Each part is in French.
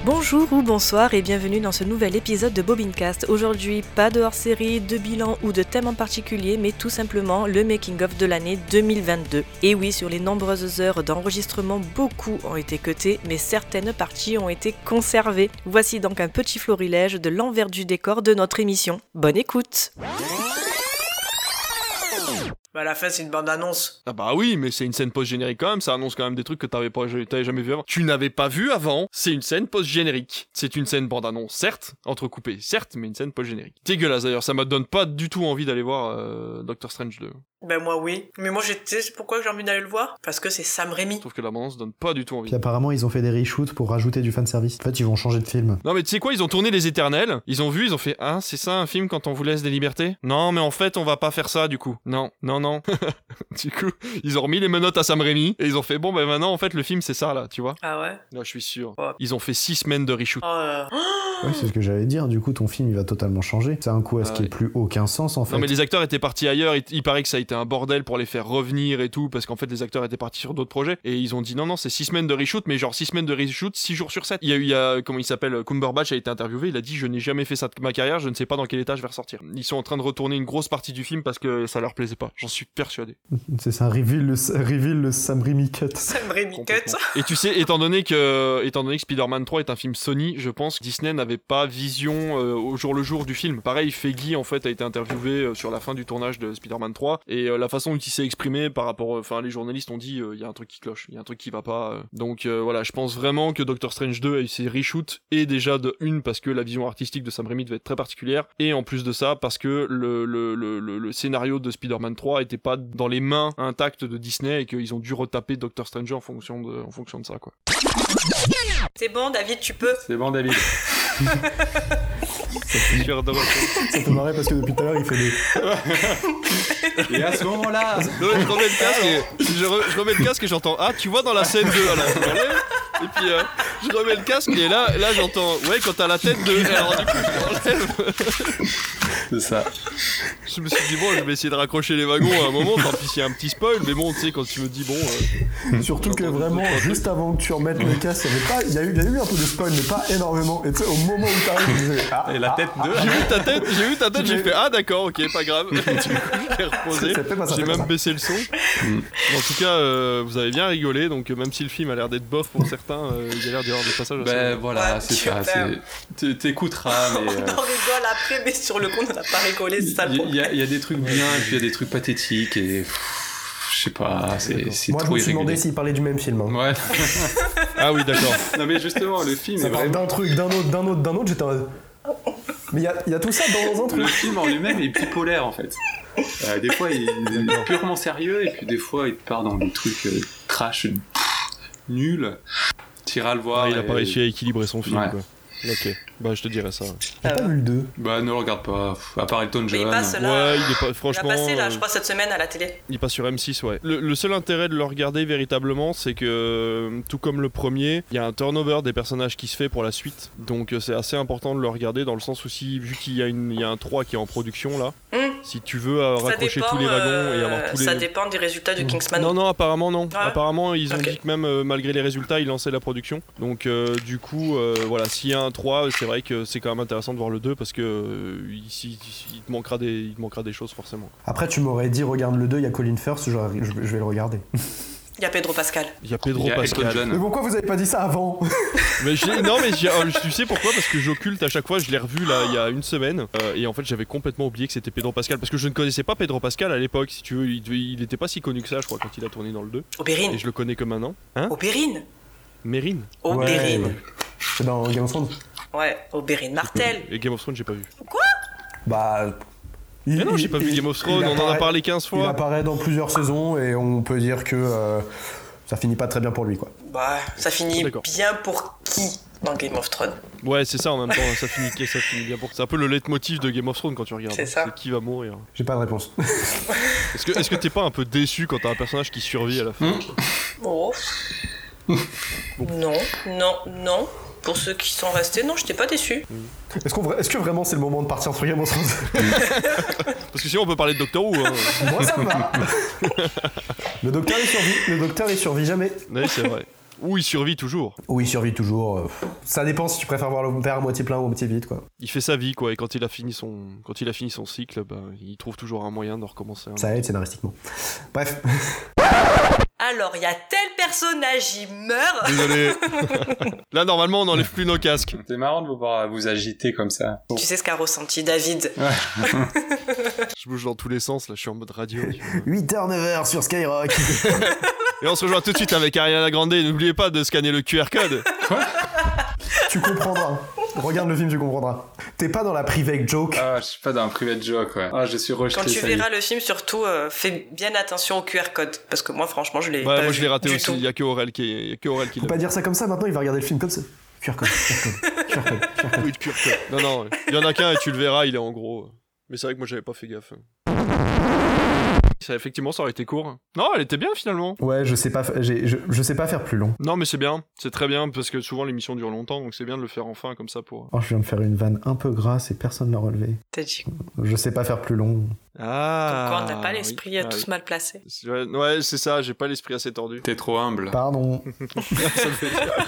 Bonjour ou bonsoir et bienvenue dans ce nouvel épisode de Bobincast. Aujourd'hui, pas de hors-série, de bilan ou de thème en particulier, mais tout simplement le making-of de l'année 2022. Et oui, sur les nombreuses heures d'enregistrement, beaucoup ont été cutés, mais certaines parties ont été conservées. Voici donc un petit florilège de l'envers du décor de notre émission. Bonne écoute! Bah à la fin c'est une bande-annonce. Ah bah oui, mais c'est une scène post-générique quand même, ça annonce quand même des trucs que t'avais jamais vu avant. Tu n'avais pas vu avant, c'est une scène post-générique. C'est une scène bande-annonce, certes, entrecoupée, certes, mais une scène post-générique. Dégueulasse d'ailleurs, ça me donne pas du tout envie d'aller voir Doctor Strange 2. Ben moi oui. Mais moi c'est pourquoi j'ai envie d'aller le voir ? Parce que c'est Sam Raimi. Je trouve que la bande-annonce donne pas du tout envie. Puis apparemment ils ont fait des reshoots pour rajouter du fanservice. En fait ils vont changer de film. Non mais tu sais quoi, ils ont tourné Les Éternels, ils ont vu, ils ont fait « Ah, c'est ça un film quand on vous laisse des libertés ?» Non mais en fait on va pas faire ça du coup. Non. Du coup, ils ont remis les menottes à Sam Raimi et ils ont fait bon ben maintenant en fait le film c'est ça là, tu vois. Ah ouais ? Là je suis sûr. Ouais. Ils ont fait 6 semaines de reshoot. Ouais, c'est ce que j'allais dire, du coup ton film il va totalement changer. C'est un coup à ce qui ait plus aucun sens en fait. Non mais les acteurs étaient partis ailleurs, il paraît que ça a été un bordel pour les faire revenir et tout, parce qu'en fait les acteurs étaient partis sur d'autres projets, et ils ont dit non c'est 6 semaines de reshoot, mais genre 6 semaines de reshoot, 6 jours sur 7. Il y a comment il s'appelle, Cumberbatch a été interviewé, il a dit je n'ai jamais fait ça de ma carrière, je ne sais pas dans quel état je vais ressortir. Ils sont en train de retourner une grosse partie du film parce que ça leur plaisait pas, j'en suis persuadé. C'est ça, reveal le Sam Raimi cut. Sam Raimi cut. Et tu sais, étant donné que Spider-Man 3 est un film Sony, je pense que Disney n'avait pas vision au jour le jour du film. Pareil, Feige en fait a été interviewé sur la fin du tournage de Spider-Man 3, et la façon dont il s'est exprimé par rapport, enfin les journalistes ont dit il y a un truc qui cloche, il y a un truc qui va pas. Donc voilà, je pense vraiment que Doctor Strange 2 a eu ses reshoots, et déjà de une parce que la vision artistique de Sam Raimi devait être très particulière, et en plus de ça parce que le scénario de Spider-Man 3 était pas dans les mains intactes de Disney et qu'ils ont dû retaper Doctor Strange en fonction de ça quoi. C'est bon David, tu peux. C'est bon David. Ça fait marrer parce que depuis tout à l'heure il fait des... Et à ce moment-là, je remets le casque et je remets le casque et j'entends ah tu vois dans la scène 2 alors je l'enlève, et puis je remets le casque et là j'entends ouais quand t'as la tête de alors du coup je l'enlève. C'est ça. Je me suis dit bon je vais essayer de raccrocher les wagons à un moment, tant pis s'il y a un petit spoil, mais bon tu sais quand tu me dis bon Surtout que vraiment juste avant que tu remettes le casque il y a eu un peu de spoil mais pas énormément, et tu sais au moment où t'arrives tu disais Et la tête de... J'ai vu ta tête, j'ai fait ah d'accord ok pas grave. Du coup je l'ai reposé, j'ai même baissé le son. En tout cas vous avez bien rigolé, donc même si le film a l'air d'être bof pour certains, il a l'air d'y avoir des passages assez... Ben voilà, c'est ça, t'écouteras, mais... On en rigole après, mais sur le coup on n'a pas rigolé, c'est ça le problème. Il y a des trucs bien et puis il y a des trucs pathétiques et... Je sais pas, c'est moi, trop irrégulier. Moi je me suis demandé s'il parlait du même film. Hein. Ouais. Ah oui d'accord. Non mais justement, le film ça est parle vraiment... d'un truc, d'un autre, j'étais en mode... Mais il y a tout ça dans un truc. Le film en lui-même est bipolaire en fait. Des fois il est purement sérieux et puis des fois il part dans des trucs trash nuls. T'iras le voir. Il a pas réussi à équilibrer son film quoi. Ok, bah je te dirais ça. J'ai pas vu le 2. Bah ne le regarde pas, à part Elton John. Mais il passe là, ouais, il est pas, franchement, il a passé là, je crois cette semaine à la télé. Il passe sur M6, ouais. Le seul intérêt de le regarder véritablement, c'est que tout comme le premier, il y a un turnover des personnages qui se fait pour la suite. Donc c'est assez important de le regarder dans le sens où vu qu'il y a un 3 qui est en production là, si tu veux raccrocher tous les wagons et avoir tous les... Ça dépend des résultats du Kingsman. Non, apparemment non. Ouais. Apparemment ils ont dit que même malgré les résultats, ils lançaient la production. Donc du coup, voilà, s'il y a un 3, c'est vrai que c'est quand même intéressant de voir le 2 parce que il te manquera des choses forcément. Après tu m'aurais dit regarde le 2, il y a Colin Firth, je vais le regarder. Il y a Pedro Pascal. Mais pourquoi vous avez pas dit ça avant? Mais tu sais pourquoi? Parce que j'occulte à chaque fois, je l'ai revu là il y a une semaine et en fait j'avais complètement oublié que c'était Pedro Pascal parce que je ne connaissais pas Pedro Pascal à l'époque, si tu veux, il était pas si connu que ça je crois quand il a tourné dans le 2. Oberyn. Et je le connais que maintenant. Hein? Oberyn. Mérine. Oberyn. Ouais. C'est dans Game of Thrones. Ouais, Oberyn Martell. Et Game of Thrones j'ai pas vu. Quoi? Bah... Mais non, j'ai pas vu Game of Thrones, on en a parlé 15 fois. Il apparaît dans plusieurs saisons et on peut dire que ça finit pas très bien pour lui quoi. Bah, ça finit bien pour qui dans Game of Thrones? Ouais, c'est ça en même temps, ça finit bien pour... C'est un peu le leitmotiv de Game of Thrones quand tu regardes. C'est ça. C'est qui va mourir. J'ai pas de réponse. Est-ce que t'es pas un peu déçu quand t'as un personnage qui survit à la fin? Oh. Non. Pour ceux qui sont restés, non, j'étais pas déçu. Est-ce que vraiment c'est le moment de partir sur Game of Thrones? Parce que sinon on peut parler de Doctor Who. Hein. Moi ça me va. Le docteur il survit jamais. Oui, c'est vrai. Ou il survit toujours. Oui, il survit toujours. Ça dépend si tu préfères voir le verre à moitié plein ou à moitié vide, quoi. Il fait sa vie, quoi, et quand il a fini son cycle, bah, il trouve toujours un moyen de recommencer. Ça aide scénaristiquement. Bref. Alors, il y a tel personnage, il meurt. Désolé. Là, normalement, on n'enlève plus nos casques. C'est marrant de vous voir vous agiter comme ça. Tu sais ce qu'a ressenti David. Je bouge dans tous les sens, là, je suis en mode radio. 8h, 9h sur Skyrock. Et on se rejoint tout de suite avec Ariana Grande. N'oubliez pas de scanner le QR code. Tu comprendras. Regarde le film, tu comprendras. T'es pas dans la private joke. Ah, je suis pas dans un private joke, ouais. Ah, je suis rejeté. Quand tu verras le film, surtout, fais bien attention au QR code. Parce que moi, franchement, je l'ai moi, je l'ai raté aussi. Il y a que Aurel qui Faut pas dire ça comme ça, maintenant, il va regarder le film comme ça. QR code. Oui, QR code. Non, il y en a qu'un et tu le verras, il est en gros. Mais c'est vrai que moi, j'avais pas fait gaffe. Effectivement, ça aurait été court. Non, elle était bien finalement. Ouais, je sais pas faire plus long. Non, mais c'est bien, c'est très bien parce que souvent l'émission dure longtemps, donc c'est bien de le faire enfin comme ça pour. Oh, je viens de faire une vanne un peu grasse et personne l'a relevée. T'as dit. Je sais pas faire plus long. Ah. Comme quoi, on n'a pas l'esprit tous mal placé. Ouais, c'est ça, j'ai pas l'esprit assez tordu. T'es trop humble. Pardon. Ça me fait dire.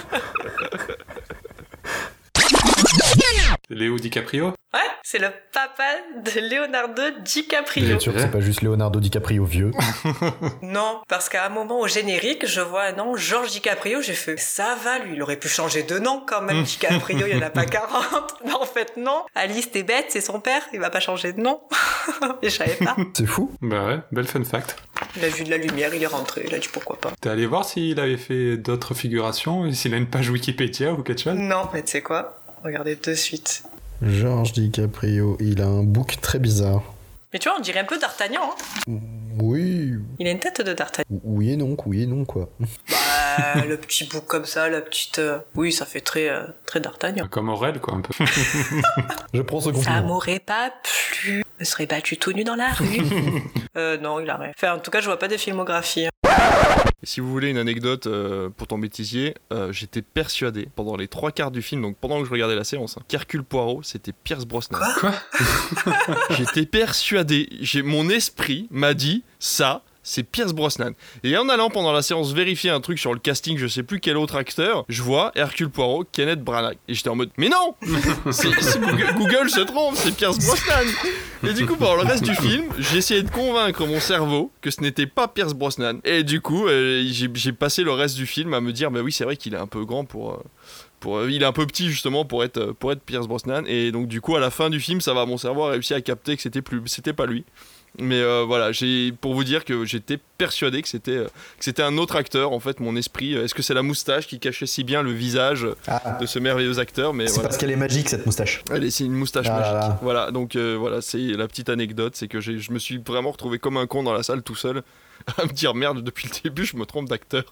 Léo DiCaprio? Ouais, c'est le papa de Leonardo DiCaprio. Bien sûr que c'est pas juste Leonardo DiCaprio vieux. Non, parce qu'à un moment au générique, je vois un nom, Georges DiCaprio, j'ai fait ça va, lui, il aurait pu changer de nom quand même, DiCaprio, il y en a pas 40. Mais en fait, non. Alice, t'es bête, c'est son père, il va pas changer de nom. Je savais pas. C'est fou. Bah ouais, belle fun fact. Il a vu de la lumière, il est rentré, il a dit pourquoi pas. T'es allé voir s'il avait fait d'autres figurations, s'il a une page Wikipédia ou quelque chose? Non, mais tu sais quoi? Regardez de suite. Georges DiCaprio, il a un bouc très bizarre. Mais tu vois, on dirait un peu D'Artagnan, hein. Oui. Il a une tête de D'Artagnan. Oui et non, quoi. Bah, le petit bouc comme ça, la petite... Oui, ça fait très D'Artagnan. Comme Aurel, quoi, un peu. Je prends ce Ça compliment. m'aurait pas plu. Je me serais battu tout nu dans la rue. Non, il a rien. Enfin, en tout cas, je vois pas de filmographie. Et si vous voulez une anecdote pour ton bêtisier, j'étais persuadé pendant les 3/4 du film, donc pendant que je regardais la séance, qu'Hercule Poirot c'était Pierce Brosnan. Quoi? J'étais persuadé, mon esprit m'a dit ça. C'est Pierce Brosnan. Et en allant pendant la séance vérifier un truc sur le casting, je sais plus quel autre acteur, je vois Hercule Poirot, Kenneth Branagh. Et j'étais en mode, mais non, Google se trompe, c'est Pierce Brosnan. Et du coup, pendant le reste du film, j'ai essayé de convaincre mon cerveau que ce n'était pas Pierce Brosnan. Et du coup, j'ai passé le reste du film à me dire, bah oui, c'est vrai qu'il est un peu grand il est un peu petit justement pour être Pierce Brosnan. Et donc du coup, à la fin du film, ça va, mon cerveau a réussi à capter que c'était pas lui. Mais voilà, pour vous dire que j'étais persuadé que c'était un autre acteur. En fait, mon esprit, est-ce que c'est la moustache qui cachait si bien le visage de ce merveilleux acteur? Mais c'est voilà. parce qu'elle est magique, cette moustache. C'est une moustache magique. Là. Voilà, donc voilà, c'est la petite anecdote, c'est que je me suis vraiment retrouvé comme un con dans la salle tout seul à me dire merde, depuis le début je me trompe d'acteur.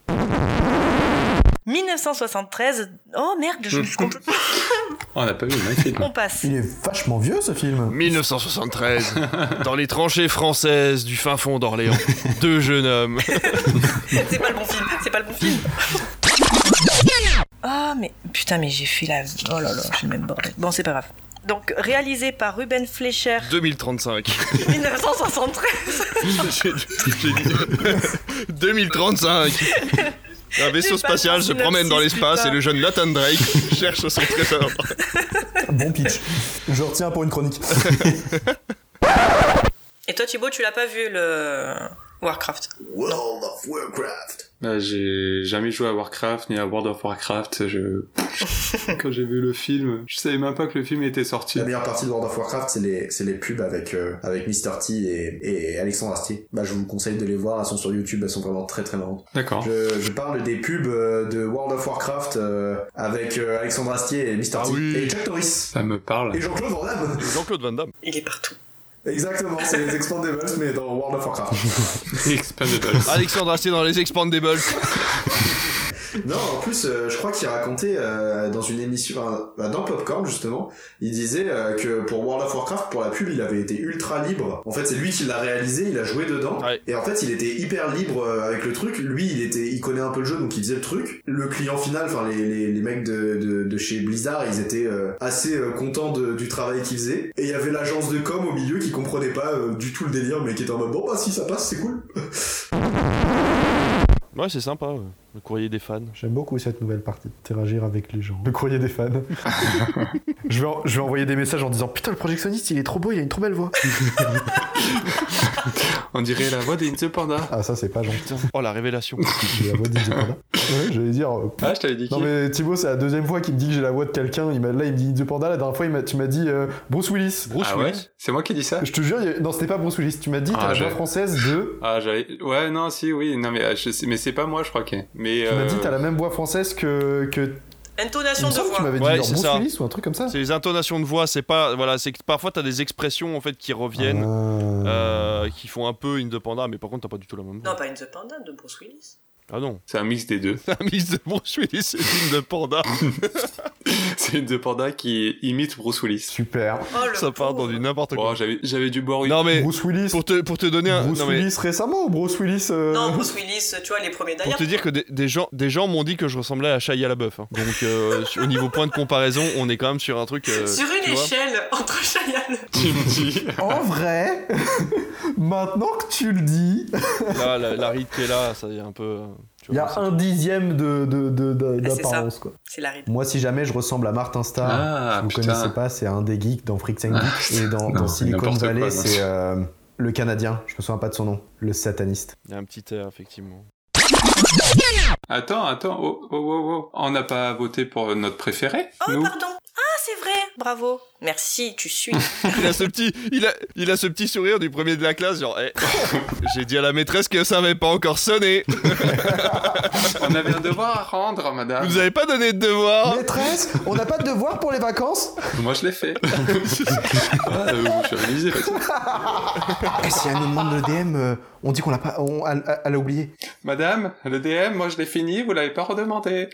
1973. Oh merde, je me suis complètement... On n'a pas vu le film. On passe. Il est vachement vieux, ce film. 1973, dans les tranchées françaises du fin fond d'Orléans, deux jeunes hommes. C'est pas le bon film. Ah, mais putain, mais j'ai fait la... Oh là là, j'ai le même bordel. Bon, c'est pas grave. Donc, réalisé par Ruben Fleischer. 2035. 1973. J'ai dit 2035. Un vaisseau spatial se promène dans l'espace et le jeune Nathan Drake cherche son trésor. Bon pitch. Je retiens pour une chronique. Et toi, Thibaut, tu l'as pas vu, le Warcraft? World of Warcraft. Bah, j'ai jamais joué à Warcraft ni à World of Warcraft. Quand j'ai vu le film, je savais même pas que le film était sorti. La meilleure partie de World of Warcraft, c'est les pubs avec Mr. T et Alexandre Astier. Bah, je vous conseille de les voir, elles sont sur YouTube, elles sont vraiment très très marrantes. D'accord. Je parle des pubs de World of Warcraft avec Alexandre Astier et Mr. T et Chuck Norris. Ça me parle. Et Jean-Claude Van Damme. Jean-Claude Van Damme. Il est partout. Exactement, c'est les Expandables, mais dans World of Warcraft. Expandables. Alexandre Astier dans les Expandables. Non, en plus, je crois qu'il racontait dans une émission, dans Popcorn justement, il disait que pour World of Warcraft, pour la pub, il avait été ultra libre. En fait, c'est lui qui l'a réalisé, il a joué dedans, ouais. Et en fait, il était hyper libre avec le truc. Lui, il connaît un peu le jeu, donc il faisait le truc. Le client final, enfin les mecs de chez Blizzard, ils étaient assez contents du travail qu'ils faisaient. Et il y avait l'agence de com au milieu qui comprenait pas du tout le délire, mais qui était en mode bon bah si ça passe, c'est cool. Ouais, c'est sympa. Ouais. Le courrier des fans. J'aime beaucoup cette nouvelle partie, interagir avec les gens. Le courrier des fans. je vais envoyer des messages en disant putain, le projectionniste il est trop beau, il a une trop belle voix. On dirait la voix d'In the Panda. Ah, ça c'est pas gentil. Oh, la révélation. J'ai la voix d'In the Panda. Ouais, j'allais dire. Ah, je t'avais dit Non qui? mais Thibaut, c'est la deuxième fois qu'il me dit que j'ai la voix de quelqu'un. Là, il me dit In the Panda. La dernière fois, tu m'as dit Bruce Willis. Bruce Ah ouais? Willis. C'est moi qui ai dit ça? Je te jure, non, c'était pas Bruce Willis. Tu m'as dit t'as la voix française de. Ah, ouais, non, si, oui. Non, mais je sais, mais c'est pas moi, je crois que. Mais. Tu m'as dit t'as la même voix française que. Intonation Il me de semble que tu voix. m'avais dit Ouais, genre c'est Bruce ça. Willis ou un truc comme ça. C'est les intonations de voix, c'est pas. Voilà, c'est que parfois t'as des expressions en fait qui reviennent, qui font un peu In the Panda, mais par contre t'as pas du tout la même voix. Non, pas In the Panda de Bruce Willis. Ah non. C'est un mix des deux. Un mix de Bruce Willis et In the Panda. C'est In the Panda qui imite Bruce Willis. Super. Oh, le Ça part dans pauvre. du n'importe quoi. Oh, j'avais dû boire une. Non mais Bruce Willis. pour te donner un. Bruce non, mais Willis récemment ou Bruce Willis Non, Bruce Willis, tu vois, les premiers pour d'ailleurs. te dire que des gens m'ont dit que je ressemblais à Shia LaBeouf. Hein. Donc au niveau point de comparaison, on est quand même sur un truc. Sur une tu vois. échelle entre Cheyenne. Tu me dis. En vrai, maintenant que tu le dis, Là, la ride qui est là, ça y est un peu. Tu il y vois, a un dixième c'est d'apparence quoi. C'est la ride. Moi, si jamais je ressemble à Martin Starr, Ah, si vous putain. connaissez pas, c'est un des geeks dans Freaks and Geeks et dans non, Silicon n'importe Valley, quoi, c'est le Canadien. Je me souviens pas de son nom, le sataniste. Il y a un petit air effectivement. Attends, oh. On n'a pas voté pour notre préféré, Oh, nous? pardon. Ah, c'est vrai. Bravo. Merci, tu suis. Il a ce petit sourire du premier de la classe, genre, j'ai dit à la maîtresse que ça avait pas encore sonné. On avait un devoir à rendre, madame. Vous avez pas donné de devoir. Maîtresse, on n'a pas de devoir pour les vacances. Moi, je l'ai fait. Je suis réalisé, Et si elle nous demande le DM, on dit qu'on l'a pas, elle a oublié. Madame, le DM, moi, je l'ai fini, vous l'avez pas redemandé.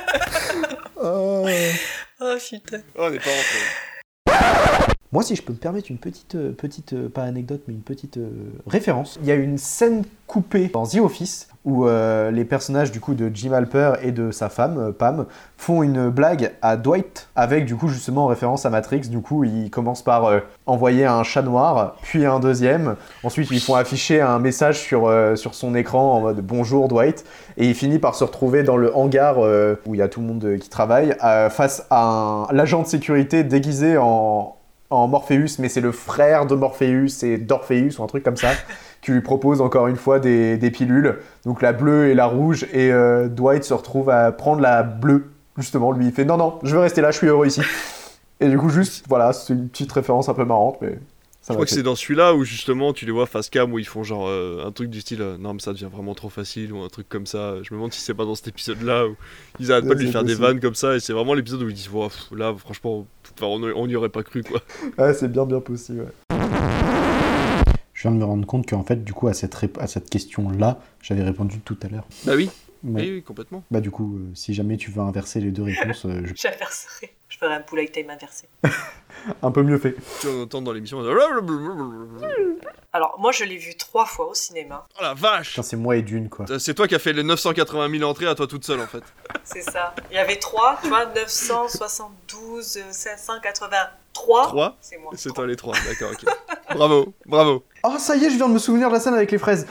Oh, putain. Oh, on est pas rentré. Moi, si je peux me permettre une petite pas anecdote, mais une petite référence. Il y a une scène coupée dans The Office où les personnages du coup de Jim Halper et de sa femme, Pam, font une blague à Dwight avec du coup justement en référence à Matrix. Du coup, ils commencent par envoyer un chat noir, puis un deuxième. Ensuite, ils font afficher un message sur son écran en mode « Bonjour Dwight ». Et il finit par se retrouver dans le hangar où il y a tout le monde qui travaille face à l'agent de sécurité déguisé en Morpheus, mais c'est le frère de Morpheus et d'Orpheus ou un truc comme ça, qui lui propose encore une fois des pilules, donc la bleue et la rouge, et Dwight se retrouve à prendre la bleue, justement, lui il fait non, je veux rester là, je suis heureux ici. Et du coup juste, voilà, c'est une petite référence un peu marrante, mais Je crois que c'est dans celui-là où justement tu les vois face cam où ils font genre un truc du style non mais ça devient vraiment trop facile ou un truc comme ça. Je me demande si c'est pas dans cet épisode là où ils arrêtent pas de lui faire des vannes comme ça et c'est vraiment l'épisode où ils disent wow, là franchement on n'y aurait pas cru quoi. Ouais, c'est bien possible. Ouais. Je viens de me rendre compte qu'en fait du coup à cette question là j'avais répondu tout à l'heure. Bah oui. Mais, Oui, complètement. Bah du coup si jamais tu veux inverser les deux réponses, J'inverserai. Je ferai un poulet time inversé. un peu mieux fait. Tu entends dans l'émission. Alors, moi, je l'ai vu 3 fois au cinéma. Oh la vache. Putain, c'est moi et Dune quoi. C'est toi qui as fait les 980 000 entrées à toi toute seule en fait. C'est ça. Il y avait 3, tu vois, 972, 583. 3 C'est moi. C'est toi les 3, d'accord, ok. Bravo. Oh ça y est, je viens de me souvenir de la scène avec les fraises.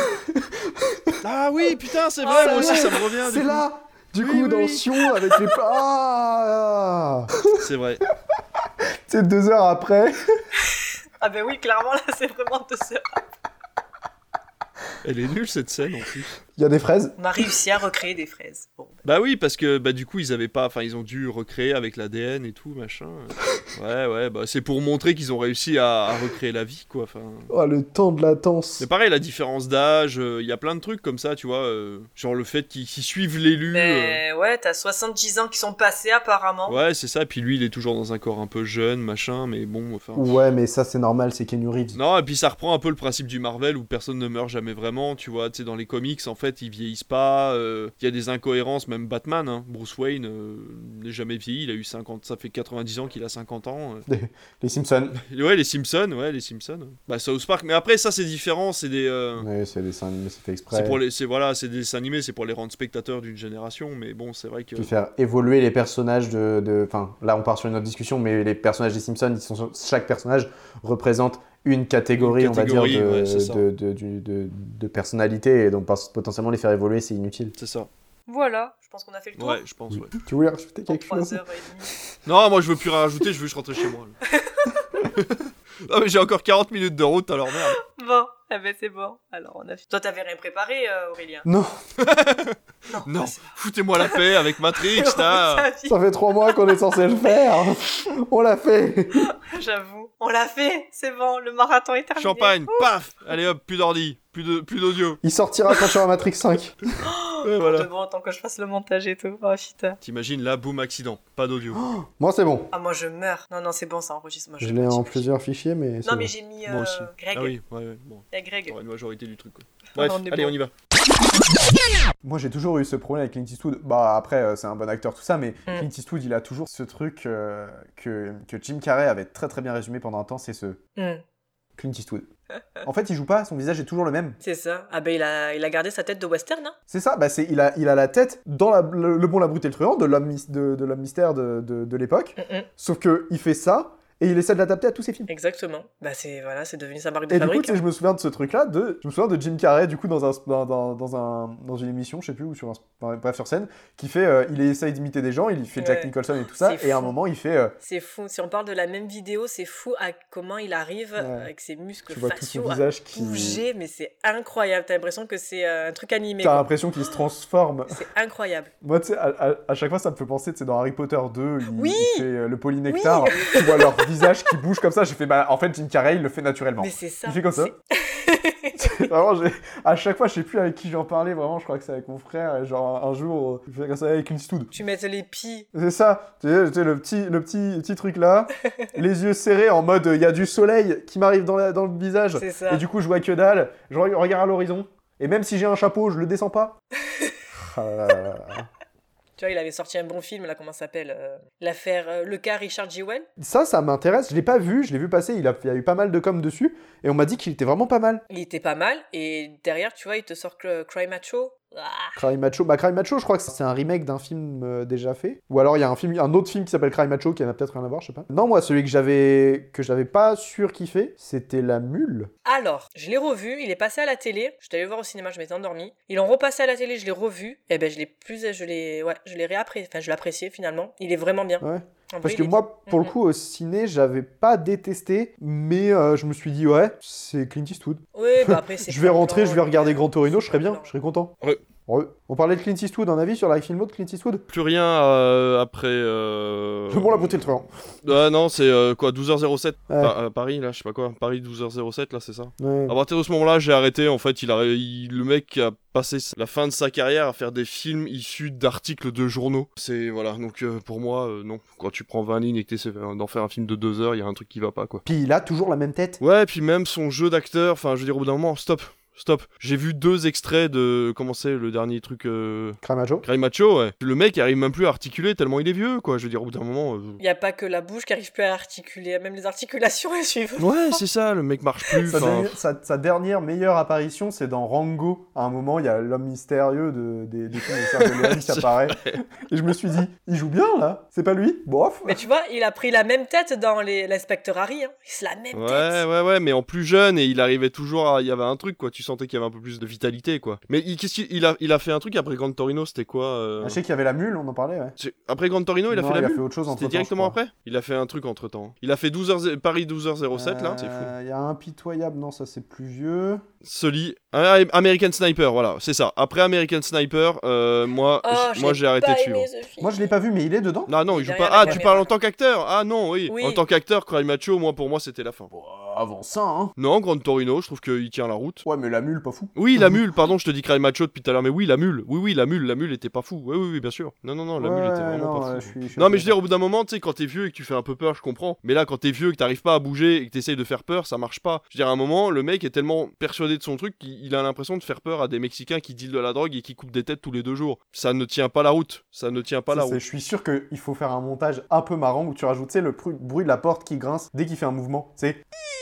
Ah oui, putain, c'est vrai, Ça moi y aussi est, ça me revient. C'est du coup. là. Du Oui, coup, oui, dans oui. Sion, avec les... Ah. C'est vrai. C'est 2 heures après. Ah ben oui, clairement, là, c'est vraiment 2 heures. Elle est nulle cette scène en plus. Il y a des fraises. On a réussi à recréer des fraises. Bon. Bah oui, parce que bah du coup ils avaient pas, enfin ils ont dû recréer avec l'ADN et tout machin. Ouais, bah c'est pour montrer qu'ils ont réussi à recréer la vie quoi. Enfin. Oh, le temps de latence. C'est pareil, la différence d'âge, il y a plein de trucs comme ça, tu vois, genre le fait qu'ils suivent l'élu. Mais ouais, t'as 70 ans qui sont passés apparemment. Ouais, c'est ça. Et puis lui, il est toujours dans un corps un peu jeune, machin, mais bon, enfin. Ouais, mais ça, c'est normal, c'est Keanu Reeves. Non, et puis ça reprend un peu le principe du Marvel où personne ne meurt jamais vraiment, tu vois. Tu sais, dans les comics, en fait, ils vieillissent pas. Il y a des incohérences, même Batman, hein. Bruce Wayne n'est jamais vieilli. Il a eu 50, ça fait 90 ans qu'il a 50 ans. Les Simpsons. Ouais, les Simpsons. Bah, South Park. Mais après, ça, c'est différent. C'est des. Ouais, c'est des dessins animés, c'est fait exprès. C'est pour les, c'est des dessins animés, c'est pour les rendre spectateurs d'une génération. Mais bon, c'est vrai que. Puis faire évoluer les personnages Enfin, là, on part sur une autre discussion, mais les personnages des Simpsons, chaque personnage représente une catégorie, on va dire, ouais, c'est ça. de personnalité, et donc potentiellement les faire évoluer, c'est inutile. C'est ça. Voilà, je pense qu'on a fait le tour. Ouais, je pense, ouais. Tu voulais rajouter En quelque chose 3h30. Non, moi je veux plus rien rajouter, je veux juste rentrer chez moi. Ah, mais j'ai encore 40 minutes de route, alors merde. Bon, eh ben c'est bon. Alors on a fait. Toi t'avais rien préparé, Aurélien? Non, Non, c'est- foutez-moi la paix avec Matrix, là. ça fait 3 mois qu'on est censé le faire. On l'a fait. J'avoue. On l'a fait, c'est bon, le marathon est terminé. Champagne, paf. Allez hop, plus d'ordi, plus d'audio. Il sortira quand tu auras Matrix 5. Ouais, voilà. De bon, tant que je fasse le montage et tout. Oh putain. T'imagines, là, boum, accident, pas d'audio. Moi, c'est bon. Ah, moi je meurs. Non, c'est bon, ça enregistre. Moi, Je l'ai en t'imagine. plusieurs fichiers, mais c'est Non, bon. mais j'ai mis Moi aussi. Greg. Ah oui, ouais, bon. Eh, Greg. T'auras une majorité du truc, quoi. Ah, Bref, on est allez, bon. on y va. Moi, j'ai toujours eu ce problème avec Clint Eastwood. Bah, après, c'est un bon acteur, tout ça, mais Mm. Clint Eastwood, il a toujours ce truc que Jim Carrey avait très très bien résumé pendant un temps, c'est ce Clint Eastwood. En fait, il joue pas, son visage est toujours le même. C'est ça. Ah, ben il a gardé sa tête de western, hein. C'est ça, bah, il a la tête dans le bon, la brute et le truand de l'homme mystère de l'époque, sauf que il fait ça, et il essaie de l'adapter à tous ses films. Exactement. Bah, c'est devenu sa marque de Et du coup, fabrique. tu sais, je me souviens de ce truc-là, je me souviens de Jim Carrey, du coup, dans une émission, je sais plus, ou bref, sur scène, qui fait, il essaye d'imiter des gens, il fait Jack Ouais. Nicholson et tout ça, C'est et à un fou. moment, il fait, C'est fou. Si on parle de la même vidéo, c'est fou à comment il arrive Ouais. avec ses muscles tu vois tout faciaux son à visage qui... bouger, mais c'est incroyable. T'as l'impression que c'est un truc animé. T'as quoi. l'impression qu'il se transforme. C'est incroyable. Moi, tu sais, à chaque fois, ça me fait penser, tu sais, dans Harry Potter 2, Oui. il fait le polynectar, tu vois leur visage qui bouge comme ça, j'ai fait, bah, en fait, Jim Carrey, il le fait naturellement. Mais c'est ça. Il fait comme ça. Vraiment, à chaque fois, je sais plus avec qui j'en parlais, vraiment, je crois que c'est avec mon frère, et genre, un jour, il fait comme ça avec Clint Eastwood. Tu mets les pieds. C'est ça, tu sais, le petit truc là, les yeux serrés en mode, il y a du soleil qui m'arrive dans le visage, C'est ça. et du coup, je vois que dalle, je regarde à l'horizon, et même si j'ai un chapeau, je le descends pas. Ah là là là là. Tu vois, il avait sorti un bon film, là, comment ça s'appelle l'affaire Le cas Richard Jewell. Ça m'intéresse, je l'ai pas vu, je l'ai vu passer, il y a eu pas mal de com dessus, et on m'a dit qu'il était vraiment pas mal. Il était pas mal, et derrière, tu vois, il te sort Cry Macho. Ah, Cry Macho, Cry Macho, je crois que c'est un remake d'un film déjà fait. Ou alors il y a un autre film qui s'appelle Cry Macho qui en a peut-être rien à voir, je sais pas. Non, moi, celui que j'avais pas surkiffé, c'était La Mule. Alors, je l'ai revu, il est passé à la télé. Je suis allée le voir au cinéma, je m'étais endormie. Ils l'ont repassé à la télé, je l'ai revu. Et ben, je l'ai réapprécié. Enfin, je l'appréciais finalement. Il est vraiment bien. Ouais. En vrai, Parce que il est- moi, pour le coup, au ciné, j'avais pas détesté, mais je me suis dit, ouais, c'est Clint Eastwood. Oui, bah après, c'est. Je vais rentrer, je vais regarder Grand Gran Torino, je serais bien, je serais content. Ouais. Ouais. On parlait de Clint Eastwood, un avis sur la filmo de Clint Eastwood? Plus rien après. Le bon, la beauté, le truand. Ah non, c'est quoi, 12h07 Ouais. à Paris, là, je sais pas quoi. Paris 12h07, là, c'est ça. Ouais. À partir de ce moment-là, j'ai arrêté. En fait, le mec a passé la fin de sa carrière à faire des films issus d'articles de journaux. C'est, voilà, donc pour moi, non. Quand tu prends 20 lignes et que t'essaies d'en faire un film de 2 heures, il y a un truc qui va pas, quoi. Puis il a toujours la même tête. Ouais, puis même son jeu d'acteur, enfin, je veux dire, au bout d'un moment, stop. J'ai vu 2 extraits de. Comment c'est le dernier truc Cry Macho. Cry Macho, ouais. Le mec arrive même plus à articuler tellement il est vieux, quoi. Je veux dire, au bout d'un moment. Il n'y a pas que la bouche qui arrive plus à articuler, même les articulations elles suivent. Ouais, c'est ça, le mec marche plus. Sa dernière meilleure apparition, c'est dans Rango. À un moment, il y a l'homme mystérieux des films de Sergio Leone qui apparaît. Et je me suis dit, il joue bien là. C'est pas lui? Bof. Mais tu vois, il a pris la même tête dans l'inspecteur Harry. Hein. C'est la même tête. Ouais, mais en plus jeune, et il arrivait toujours à. Il y avait un truc, quoi. Tu sentais qu'il y avait un peu plus de vitalité, quoi. Mais il a fait un truc après Gran Torino, c'était quoi Je sais qu'il y avait la mule, on en parlait, ouais. Après Gran Torino, il a Non, fait la il a mule. fait autre chose entre C'était directement après. Il a fait un truc entre temps. Il a fait Paris 12h07 là, c'est fou. Il y a Impitoyable, non, ça c'est plus vieux. Sully, American Sniper, voilà, c'est ça. Après American Sniper, moi j'ai arrêté dessus. Moi je l'ai pas vu, mais il est dedans. Non, il est joue derrière pas. la Ah, tu caméra. parles en tant qu'acteur? Ah non, oui. Oui. En tant qu'acteur, Cry Macho, pour moi c'était la fin. Avant ça, hein. Non, Gran Torino, je trouve qu'il tient la route. Ouais, mais la mule, pas fou. Oui, la mule, pardon, je te dis Cry Macho depuis tout à l'heure, mais oui, la mule. Oui, la mule était pas fou. Oui, bien sûr. Non, la mule était vraiment pas fou. Non, mais je veux dire, au bout d'un moment, tu sais, quand t'es vieux et que tu fais un peu peur, je comprends. Mais là, quand t'es vieux et que t'arrives pas à bouger et que t'essayes de faire peur, ça marche pas. Je veux dire, à un moment, le mec est tellement persuadé de son truc qu'il a l'impression de faire peur à des Mexicains qui dealent de la drogue et qui coupent des têtes tous les 2 jours. Ça ne tient pas la route. Je suis sûr qu'il faut faire un montage un peu marrant où tu rajoutes, tu sais, le bruit de la porte qui grince dès qu'il fait un mouvement. C'est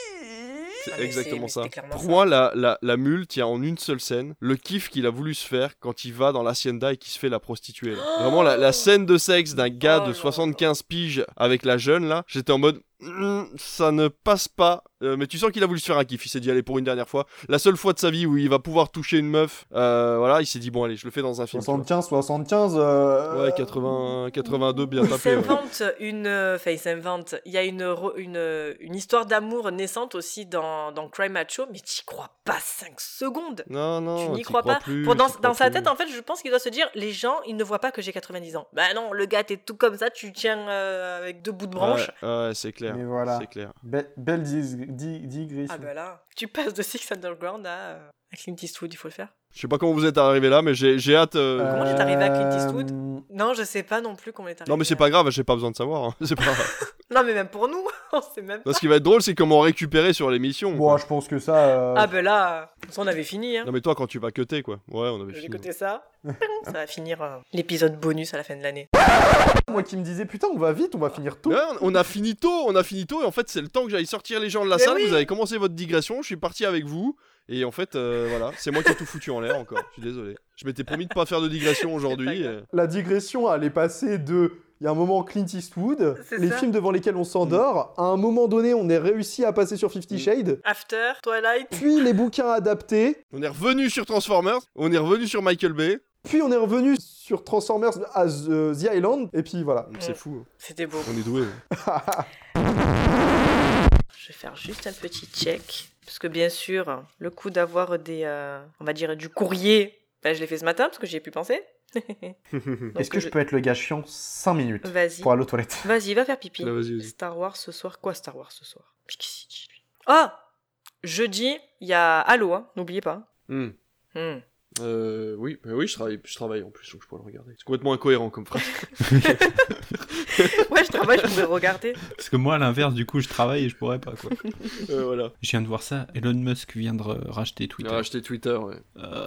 C'est exactement ça. Pour ça. moi, la mule tient en une seule scène le kiff qu'il a voulu se faire quand il va dans l'hacienda et qu'il se fait la prostituée. Là. Vraiment, la scène de sexe d'un gars de 75 piges avec la jeune, là, j'étais en mode... ça ne passe pas mais tu sens qu'il a voulu se faire un kiff. Il s'est dit, allez, pour une dernière fois, la seule fois de sa vie où il va pouvoir toucher une meuf, voilà, il s'est dit, bon, allez, je le fais dans un film. 75. Ouais, 80, 82, bien Il tapé. s'invente il y a une histoire d'amour naissante aussi dans Cry Macho, mais t'y crois pas 5 secondes. Non, Tu n'y t'y crois pas. plus, Dans sa tête, en fait, je pense qu'il doit se dire, les gens, ils ne voient pas que j'ai 90 ans. Bah non, le gars, t'es tout comme ça, tu tiens avec 2 bouts de branche. Ouais, c'est clair. Mais voilà. C'est clair. Belle digression. Ah bah là, tu passes de Six Underground à Clint Eastwood, il faut le faire. Je sais pas comment vous êtes arrivé là, mais j'ai hâte. Comment t'es arrivé à Clint Eastwood ? Non, je sais pas non plus comment t'es arrivé. Non, mais c'est pas grave, j'ai pas besoin de savoir. Hein. C'est pas grave. Non, mais même pour nous, on sait même pas. Ce qui va être drôle, c'est comment récupérer sur l'émission. Bon, quoi. je pense que ça. Ah bah là, on avait fini. Hein. Non, mais toi, quand tu vas cutter, quoi. Ouais, on avait J'ai fini. écouté ça. Ça va finir l'épisode bonus à la fin de l'année. Moi qui me disais, putain, on va vite, on va finir tôt. Ouais, on a fini tôt, et en fait, c'est le temps que j'aille sortir les gens de la Mais salle. oui. Vous avez commencé votre digression, je suis parti avec vous. Et en fait, voilà, c'est moi qui ai tout foutu en l'air encore. Je suis désolé. Je m'étais promis de pas faire de digression aujourd'hui. La digression, elle est passée de. Il y a un moment Clint Eastwood, C'est les ça. films devant lesquels on s'endort. À un moment donné, on est réussi à passer sur 50 Shades. After, Twilight. Puis les bouquins adaptés. On est revenu sur Transformers, on est revenu sur Michael Bay. Puis on est revenu sur Transformers as The Island. Et puis voilà. C'est fou. C'était beau. On est doué. Je vais faire juste un petit check. Parce que bien sûr, le coup d'avoir on va dire du courrier, ben, je l'ai fait ce matin parce que j'y ai pu penser. Est-ce que je peux être le gars chiant 5 minutes Vas-y. pour aller aux toilettes? Vas-y, va faire pipi. Là, vas-y. Star Wars ce soir. Quoi Star Wars ce soir? Qu'est-ce qu'il dit, lui? Ah! Jeudi, il y a Halo, hein, n'oubliez pas. Hmm. Hmm. Oui, je travaille en plus, donc je pourrais le regarder. C'est complètement incohérent comme phrase. Ouais, je travaille, je pourrais regarder. Parce que moi, à l'inverse, du coup, je travaille et je pourrais pas, quoi. Voilà. Je viens de voir ça. Elon Musk vient de racheter Twitter. Il a acheté Twitter, ouais.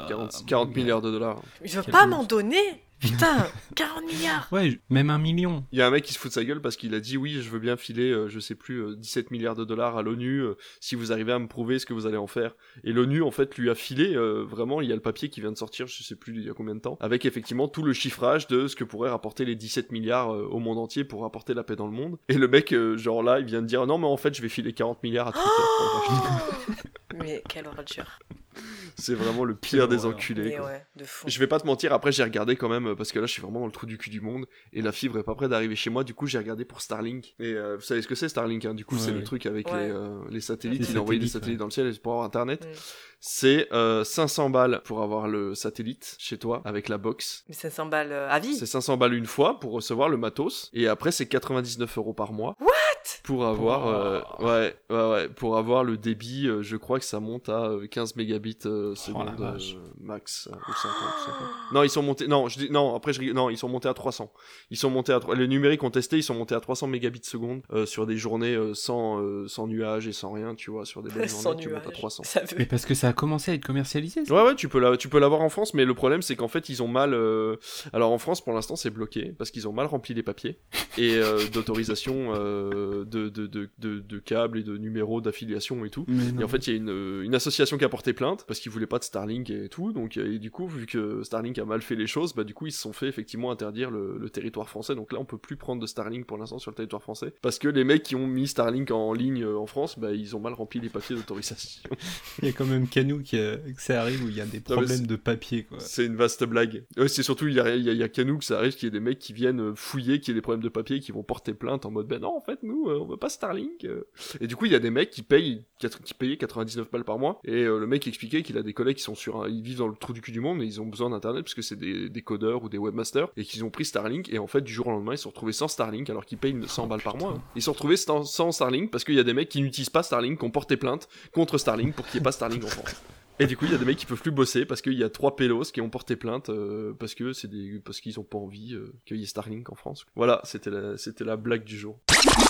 40 milliards de dollars. Il veut Quel pas ouf. m'en donner. Putain, 40 milliards. Ouais, même 1 million. Il y a un mec qui se fout de sa gueule parce qu'il a dit oui, je veux bien filer, je sais plus, 17 milliards de dollars à l'ONU si vous arrivez à me prouver ce que vous allez en faire. Et l'ONU, en fait, lui a filé, vraiment, il y a le papier qui vient de sortir, je sais plus il y a combien de temps, avec effectivement tout le chiffrage de ce que pourraient rapporter les 17 milliards au monde entier pour apporter la paix dans le monde. Et le mec, genre là, il vient de dire non, mais en fait, je vais filer 40 milliards à Twitter. Mais quelle ordure. C'est vraiment le pire des horreur. enculés. Mais quoi. ouais, de fou. Je vais pas te mentir, après j'ai regardé quand même, parce que là je suis vraiment dans le trou du cul du monde, et la fibre est pas prête d'arriver chez moi, du coup j'ai regardé pour Starlink. Et vous savez ce que c'est Starlink, hein, du coup Ouais, c'est ouais. le truc avec Ouais. les satellites, C'est il a envoyé des satellites, satellites ouais. dans le ciel pour avoir internet. Mm. C'est 500 balles pour avoir le satellite chez toi, avec la box. Mais 500 balles à vie. C'est 500 balles une fois pour recevoir le matos, et après c'est 99 € par mois. What? Pour avoir, pour avoir le débit, je crois que ça monte à 15 mégabits seconde vache. max, ou 50. Non, ils sont montés, non, ils sont montés à 300. Ils sont montés à, les numériques ont testé, ils sont montés à 300 mégabits seconde sur des journées sans nuages et sans rien, tu vois, sur des belles Sans journées, tu montes à nuage. 300. Ça Mais veut... parce que ça a commencé à être commercialisé, ça. Ouais, tu peux l'avoir en France, mais le problème c'est qu'en fait ils ont mal. Alors en France pour l'instant c'est bloqué parce qu'ils ont mal rempli les papiers et d'autorisation de câbles et de numéros d'affiliation et tout. Mais non. Et en fait il y a une association qui a porté plainte parce qu'ils voulaient pas de Starlink et tout. Donc et du coup vu que Starlink a mal fait les choses, bah du coup ils se sont fait effectivement interdire le territoire français. Donc là on peut plus prendre de Starlink pour l'instant sur le territoire français parce que les mecs qui ont mis Starlink en ligne en France, bah ils ont mal rempli les papiers d'autorisation. Il y a quand même Canou que ça arrive où il y a des mais problèmes c'est- de papier, quoi. C'est une vaste blague. Ouais, c'est surtout, il y a Canou que ça arrive, qu'il y ait des mecs qui viennent fouiller, qui aient des problèmes de papier, qui vont porter plainte en mode, ben non, en fait, nous, on veut pas Starlink. Et du coup, il y a des mecs qui payaient 99 balles par mois, et le mec expliquait qu'il a des collègues qui sont ils vivent dans le trou du cul du monde, et ils ont besoin d'internet, parce que c'est des codeurs ou des webmasters, et qu'ils ont pris Starlink, et en fait, du jour au lendemain, ils se sont retrouvés sans Starlink, alors qu'ils payent 100 balles par mois. Hein. Ils se sont retrouvés sans Starlink, parce qu'il y a des mecs qui n'utilisent pas Starlink, qui ont porté plainte contre Starlink pour qu'il n'y ait pas Starlink en France. Et du coup, il y a des mecs qui peuvent plus bosser parce qu'il y a 3 pélos qui ont porté plainte parce qu'ils ont pas envie qu'il y ait Starlink en France. Voilà, c'était la blague du jour.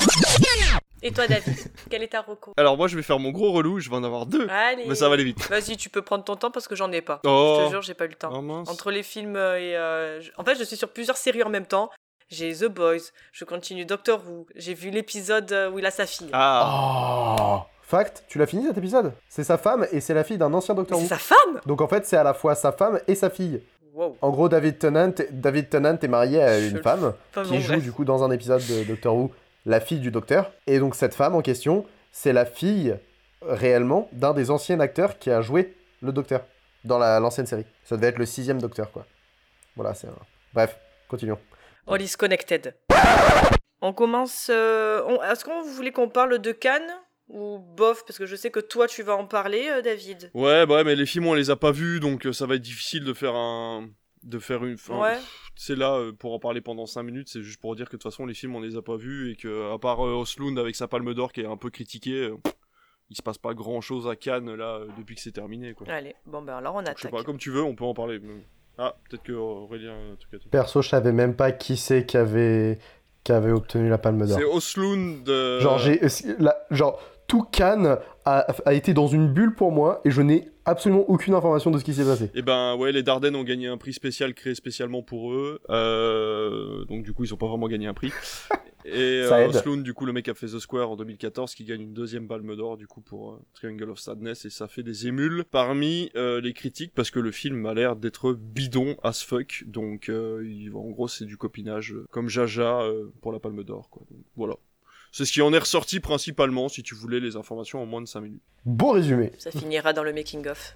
Et toi, David, quel est ta reco? Alors moi, je vais faire mon gros relou, je vais en avoir 2. Allez. Mais ça va aller vite. Vas-y, tu peux prendre ton temps parce que j'en ai pas. Oh. Je te jure, j'ai pas eu le temps. Oh mince. Entre les films et... En fait, je suis sur plusieurs séries en même temps. J'ai The Boys, je continue Doctor Who, j'ai vu l'épisode où il a sa fille. Ah. Oh. Fact, tu l'as fini cet épisode? C'est sa femme et c'est la fille d'un ancien Mais Doctor c'est Who. sa femme. Donc en fait, c'est à la fois sa femme et sa fille. Wow. En gros, David Tennant est marié à une Chelou. femme Enfin, qui bon, joue bref. du coup dans un épisode de Doctor Who la fille du docteur. Et donc cette femme en question, c'est la fille réellement d'un des anciens acteurs qui a joué le Docteur dans l'ancienne série. Ça devait être le 6e Docteur, quoi. Voilà, c'est un... Bref, continuons. All is connected. On commence... Est-ce qu'on voulait qu'on parle de Cannes ou bof? Parce que je sais que toi, tu vas en parler, David. Ouais, mais les films, on les a pas vus, donc ça va être difficile de faire une... Ouais. C'est là, pour en parler pendant 5 minutes, c'est juste pour dire que de toute façon, les films, on les a pas vus, et que à part Oslund avec sa Palme d'Or qui est un peu critiquée, il se passe pas grand-chose à Cannes, là, depuis que c'est terminé, quoi. Allez, bon ben alors on attaque. Je sais pas, comme tu veux, on peut en parler. Ah, peut-être que Aurélien... Perso, je savais même pas qui c'est qui avait obtenu la Palme d'Or. C'est Oslund... Genre, tout Cannes a été dans une bulle pour moi et je n'ai absolument aucune information de ce qui s'est passé. Et ben ouais, les Dardennes ont gagné un prix spécial créé spécialement pour eux, donc du coup ils ont pas vraiment gagné un prix. Et Oslund, du coup le mec a fait The Square en 2014 qui gagne une 2e Palme d'Or du coup pour Triangle of Sadness, et ça fait des émules parmi les critiques parce que le film a l'air d'être bidon as fuck, donc en gros c'est du copinage comme Jaja pour la Palme d'Or, quoi. Donc, voilà. C'est ce qui en est ressorti principalement, si tu voulais les informations en moins de 5 minutes. Beau résumé. Ça finira dans le making-of.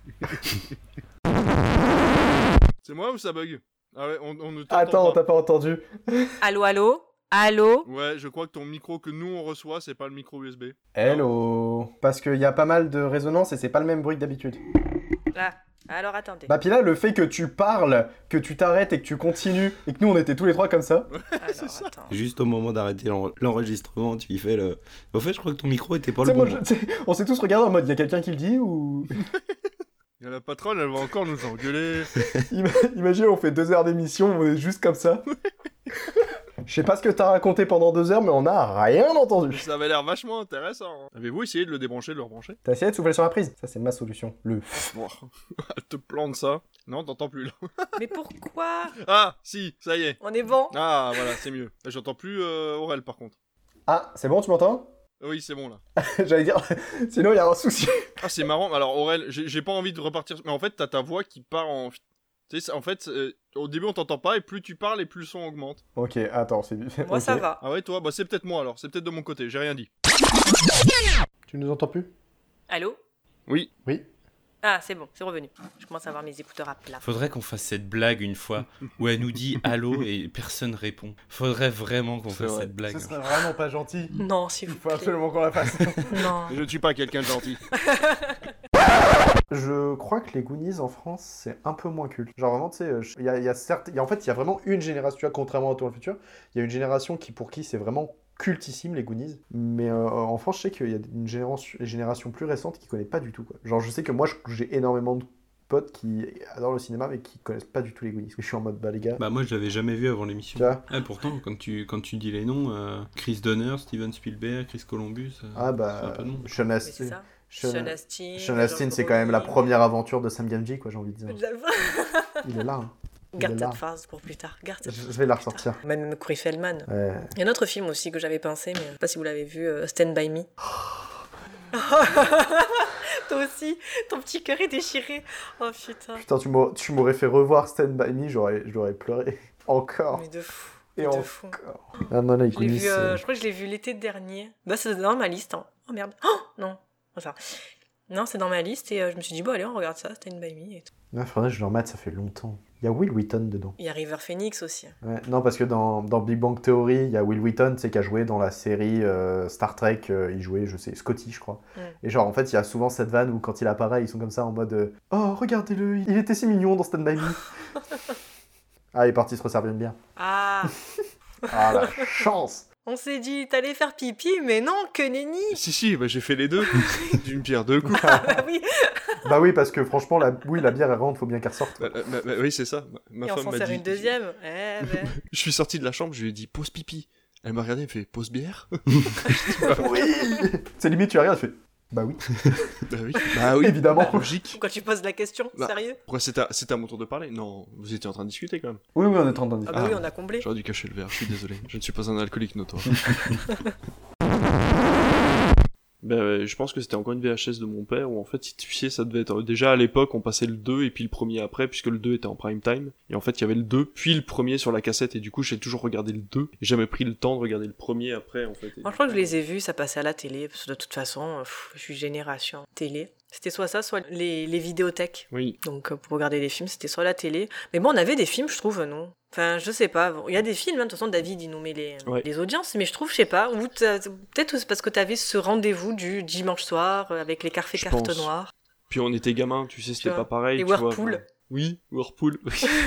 C'est moi ou ça bug? Ah ouais, on ne t'entend Attends, pas. t'as pas entendu? Allô, allô? Allô? Ouais, je crois que ton micro que nous on reçoit, c'est pas le micro USB. Hello. Parce qu'il y a pas mal de résonance et c'est pas le même bruit que d'habitude. Là. Alors attendez. Bah puis là, le fait que tu parles, que tu t'arrêtes et que tu continues, et que nous on était tous les trois comme ça. Alors, attends. Juste au moment d'arrêter l'enregistrement, tu y fais le... Au fait, je crois que ton micro était pas Tu sais, le moi, bon. on s'est tous regardés en mode, il y a quelqu'un qui le dit ou... Et la patronne, elle va encore nous engueuler. Imagine, on fait 2 heures d'émission, on est juste comme ça. Je sais pas ce que t'as raconté pendant 2 heures, mais on a rien entendu. Ça avait l'air vachement intéressant. Hein. Avez-vous essayé de le débrancher, de le rebrancher? T'as essayé de souffler sur la prise? Ça, c'est ma solution. Bon, elle te plante ça. Non, t'entends plus là. Mais pourquoi? Ah, si, ça y est. On est bon? Ah, voilà, c'est mieux. J'entends plus Aurel par contre. Ah, c'est bon, tu m'entends? Oui, c'est bon là. J'allais dire, sinon il y a un souci. Ah, c'est marrant. Alors, Aurel, j'ai pas envie de repartir. Mais en fait, t'as ta voix qui part en. Tu sais, en fait, au début, on t'entend pas, et plus tu parles, et plus le son augmente. Ok, attends, c'est... Moi, ok. ça va. Ah ouais, toi? Bah, c'est peut-être moi alors. C'est peut-être de mon côté. J'ai rien dit. Tu nous entends plus? Allô? Oui. Oui. Ah, c'est bon, c'est revenu. Je commence à avoir mes écouteurs à plat. Faudrait qu'on fasse cette blague une fois où elle nous dit allô et personne répond. Faudrait vraiment qu'on fasse cette blague. Ce serait vraiment pas gentil. Non, s'il vous Il faut plaît. absolument qu'on la fasse. Non. Je ne suis pas quelqu'un de gentil. Je crois que les Goonies en France, c'est un peu moins culte. Genre vraiment, tu sais, il y a certes... en fait, il y a vraiment une génération, tu vois, contrairement à Retour vers le futur, il y a une génération pour qui c'est vraiment cultissime, les Goonies. Mais en France, je sais qu'il y a une génération plus récente qui connaît pas du tout, quoi. Genre, je sais que moi, j'ai énormément de potes qui adorent le cinéma, mais qui connaissent pas du tout les Goonies. Je suis en mode, bah les gars... Bah moi je l'avais jamais vu avant l'émission. Tu vois Pourtant quand tu dis les noms, Chris Donner, Steven Spielberg, Chris Columbus, Ah c'est bah, un peu de nom. Sean Mais Astin, c'est ça. Sean Sean Astin. Sean Astin, c'est quand même la première aventure de Sam Gamgee, quoi, j'ai envie de dire. Il est là, hein. Garde Il est là. cette phase pour plus tard. Garde cette Je phase vais la pour plus ressortir. tard. Même Corey Feldman. Ouais. Il y a un autre film aussi que j'avais pensé, mais je sais pas si vous l'avez vu, Stand By Me. Toi aussi, ton petit cœur est déchiré. Oh putain. Putain, tu m'aurais fait revoir Stand By Me, j'aurais pleuré. Encore. Mais de fou. Et de encore. fou. Ah non, là, Je l'ai vu, je crois que je l'ai vu l'été dernier. Bah, c'est dans ma liste. Hein. Oh merde. Oh non. Enfin. Non, c'est dans ma liste et je me suis dit, bon, allez, on regarde ça, Stand By Me et tout. Ouais, faudrait que je le remette, ça fait longtemps. Il y a Will Wheaton dedans. Il y a River Phoenix aussi. Ouais, non, parce que dans Big Bang Theory, il y a Will Wheaton, qui a joué dans la série Star Trek. Il jouait, je sais, Scotty, je crois. Et genre, en fait, il y a souvent cette vanne où quand il apparaît, ils sont comme ça en mode oh, regardez-le, il était si mignon dans Stand By Me. Ah, il est parti se resservir une bière. Ah. Ah, la chance. On s'est dit, t'allais faire pipi, mais non, que nenni. Si, bah, j'ai fait les deux. D'une pierre deux coups. Ah bah oui. Bah oui, parce que franchement, la bière, elle rentre, faut bien qu'elle ressorte. Bah, oui, c'est ça. Ma Et on femme s'en m'a sert dit. une deuxième. Eh ben. Je suis sorti de la chambre, je lui ai dit pause pipi. Elle m'a regardé, elle me fait pause bière. Oui. C'est limite, tu regardes, tu fais bah oui. Bah oui. Évidemment. Logique. Pourquoi tu poses la question? Bah, Sérieux? Pourquoi c'est à mon tour de parler? Non, vous étiez en train de discuter quand même. Oui, on est en train de Ah bah oui, on a comblé. J'aurais dû cacher le verre, je suis désolé. Je ne suis pas un alcoolique notoire. Je pense que c'était encore une VHS de mon père où en fait, si tu sais, ça devait être déjà à l'époque, on passait le 2 et puis le premier après, puisque le 2 était en prime time. Et en fait, il y avait le 2 puis le premier sur la cassette et du coup, j'ai toujours regardé le 2 et jamais pris le temps de regarder le premier après en fait. Moi, je crois que je les ai vus, ça passait à la télé, parce que de toute façon, je suis génération télé. C'était soit ça, soit les vidéothèques. Oui. Donc, pour regarder les films, c'était soit la télé. Mais bon, on avait des films, je trouve, non? Enfin, je sais pas. Il y a des films, hein, de toute façon, David, il nous met les audiences, mais je trouve, je sais pas, peut-être que c'est parce que t'avais ce rendez-vous du dimanche soir avec les cafés cartes noires. Puis on était gamins, tu sais, c'était pas pareil. Les Whirlpool. Oui, Whirlpool.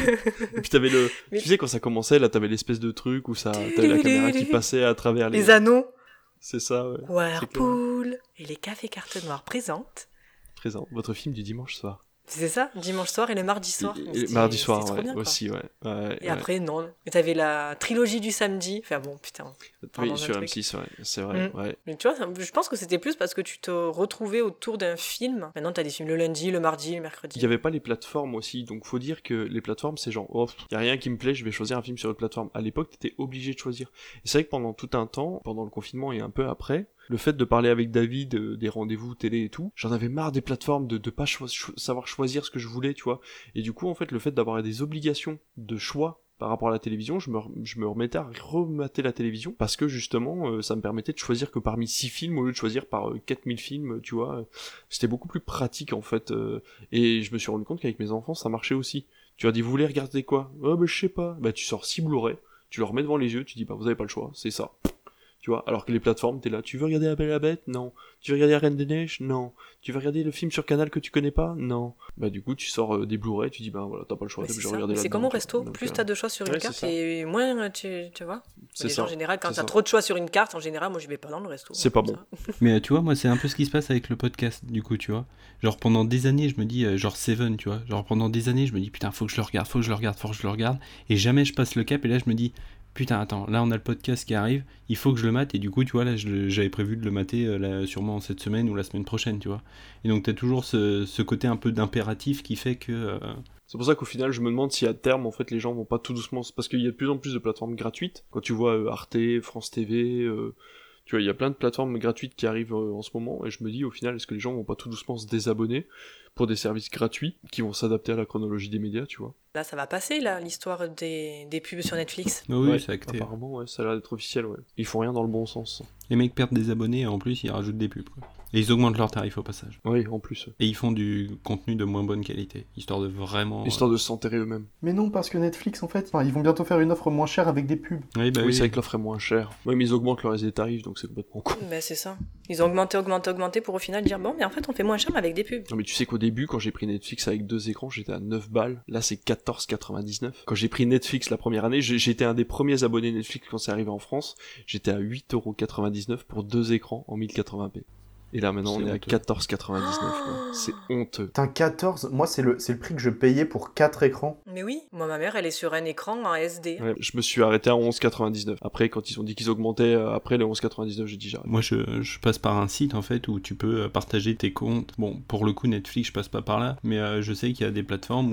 Et puis t'avais tu sais, quand ça commençait, là, t'avais l'espèce de truc où t'avais la caméra qui passait à travers les anneaux. C'est ça, ouais. Whirlpool. Et les cafés cartes noires présentent. Votre film du dimanche soir. C'est ça, dimanche soir et le mardi soir. Et mardi soir, trop bien, aussi, ouais. Et après, non. Et t'avais la trilogie du samedi. Enfin bon, putain. Oui, sur M6, ouais, c'est vrai, ouais. Mais tu vois, je pense que c'était plus parce que tu te retrouvais autour d'un film. Maintenant, t'as des films le lundi, le mardi, le mercredi. Il y avait pas les plateformes aussi, donc faut dire que les plateformes, c'est genre, y a rien qui me plaît, je vais choisir un film sur une plateforme. À l'époque, t'étais obligé de choisir. Et c'est vrai que pendant tout un temps, pendant le confinement et un peu après, le fait de parler avec David, des rendez-vous télé et tout, j'en avais marre des plateformes, de pas savoir choisir ce que je voulais, tu vois. Et du coup, en fait, le fait d'avoir des obligations de choix par rapport à la télévision, je me remettais à remater la télévision, parce que justement, ça me permettait de choisir que parmi 6 films, au lieu de choisir par 4000 films, tu vois. C'était beaucoup plus pratique, en fait. Et je me suis rendu compte qu'avec mes enfants, ça marchait aussi. Tu leur dis, vous voulez regarder quoi? Je sais pas. Tu sors 6 Blu-ray, tu leur mets devant les yeux, tu dis, vous avez pas le choix, c'est ça. Tu vois, alors que les plateformes, t'es là, tu veux regarder La Belle et la Bête? Non. Tu veux regarder La Reine des Neiges? Non. Tu veux regarder le film sur Canal que tu connais pas? Non. Du coup, tu sors des Blu-ray, tu dis, voilà, t'as pas le choix, t'es obligé de regarder là-dedans. C'est comme au resto, plus t'as de choix sur une carte et moins tu vois. C'est ça. En général, quand t'as trop de choix sur une carte, en général, moi je vais pas dans le resto. C'est pas bon. Mais tu vois, moi c'est un peu ce qui se passe avec le podcast, du coup, tu vois. Genre pendant des années, je me dis, genre Seven, tu vois. Genre pendant des années, je me dis, putain, faut que je le regarde. Et jamais je passe le cap et là je me dis, putain, attends, là on a le podcast qui arrive, il faut que je le mate, et du coup, tu vois, là j'avais prévu de le mater sûrement cette semaine ou la semaine prochaine, tu vois. Et donc t'as toujours ce côté un peu d'impératif qui fait que... C'est pour ça qu'au final, je me demande si à terme, en fait, les gens vont pas tout doucement... Parce qu'il y a de plus en plus de plateformes gratuites. Quand tu vois Arte, France TV... Tu vois, il y a plein de plateformes gratuites qui arrivent en ce moment, et je me dis, au final, est-ce que les gens vont pas tout doucement se désabonner pour des services gratuits qui vont s'adapter à la chronologie des médias, tu vois. Là, ça va passer, là, l'histoire des pubs sur Netflix. Oui, c'est acté. Apparemment, ouais, ça a l'air d'être officiel, ouais. Ils font rien dans le bon sens. Les mecs perdent des abonnés, et en plus, ils rajoutent des pubs, quoi. Et ils augmentent leurs tarifs au passage. Oui, en plus. Et ils font du contenu de moins bonne qualité, histoire de vraiment... Histoire de s'enterrer eux-mêmes. Mais non, parce que Netflix, en fait, ils vont bientôt faire une offre moins chère avec des pubs. Oui, oui, c'est vrai que l'offre est moins chère. Oui, mais ils augmentent le reste des tarifs, donc c'est complètement con. C'est ça. Ils ont augmenté pour au final dire, bon, mais en fait, on fait moins cher, mais avec des pubs. Non, mais tu sais qu'au début, quand j'ai pris Netflix avec 2 écrans, j'étais à 9 balles. Là, c'est 14,99. Quand j'ai pris Netflix la première année, j'étais un des premiers abonnés Netflix quand c'est arrivé en France. J'étais à 8,99€ pour 2 écrans en 1080p. Et là, maintenant, on est à 14,99€. C'est honteux. Putain, 14, moi, c'est le prix que je payais pour 4 écrans. Mais oui, moi, ma mère, elle est sur un écran en SD. Ouais, je me suis arrêté à 11,99. Après, quand ils ont dit qu'ils augmentaient après les 11,99, j'ai dit j'arrête. Moi, je passe par un site, en fait, où tu peux partager tes comptes. Bon, pour le coup, Netflix, je passe pas par là. Mais je sais qu'il y a des plateformes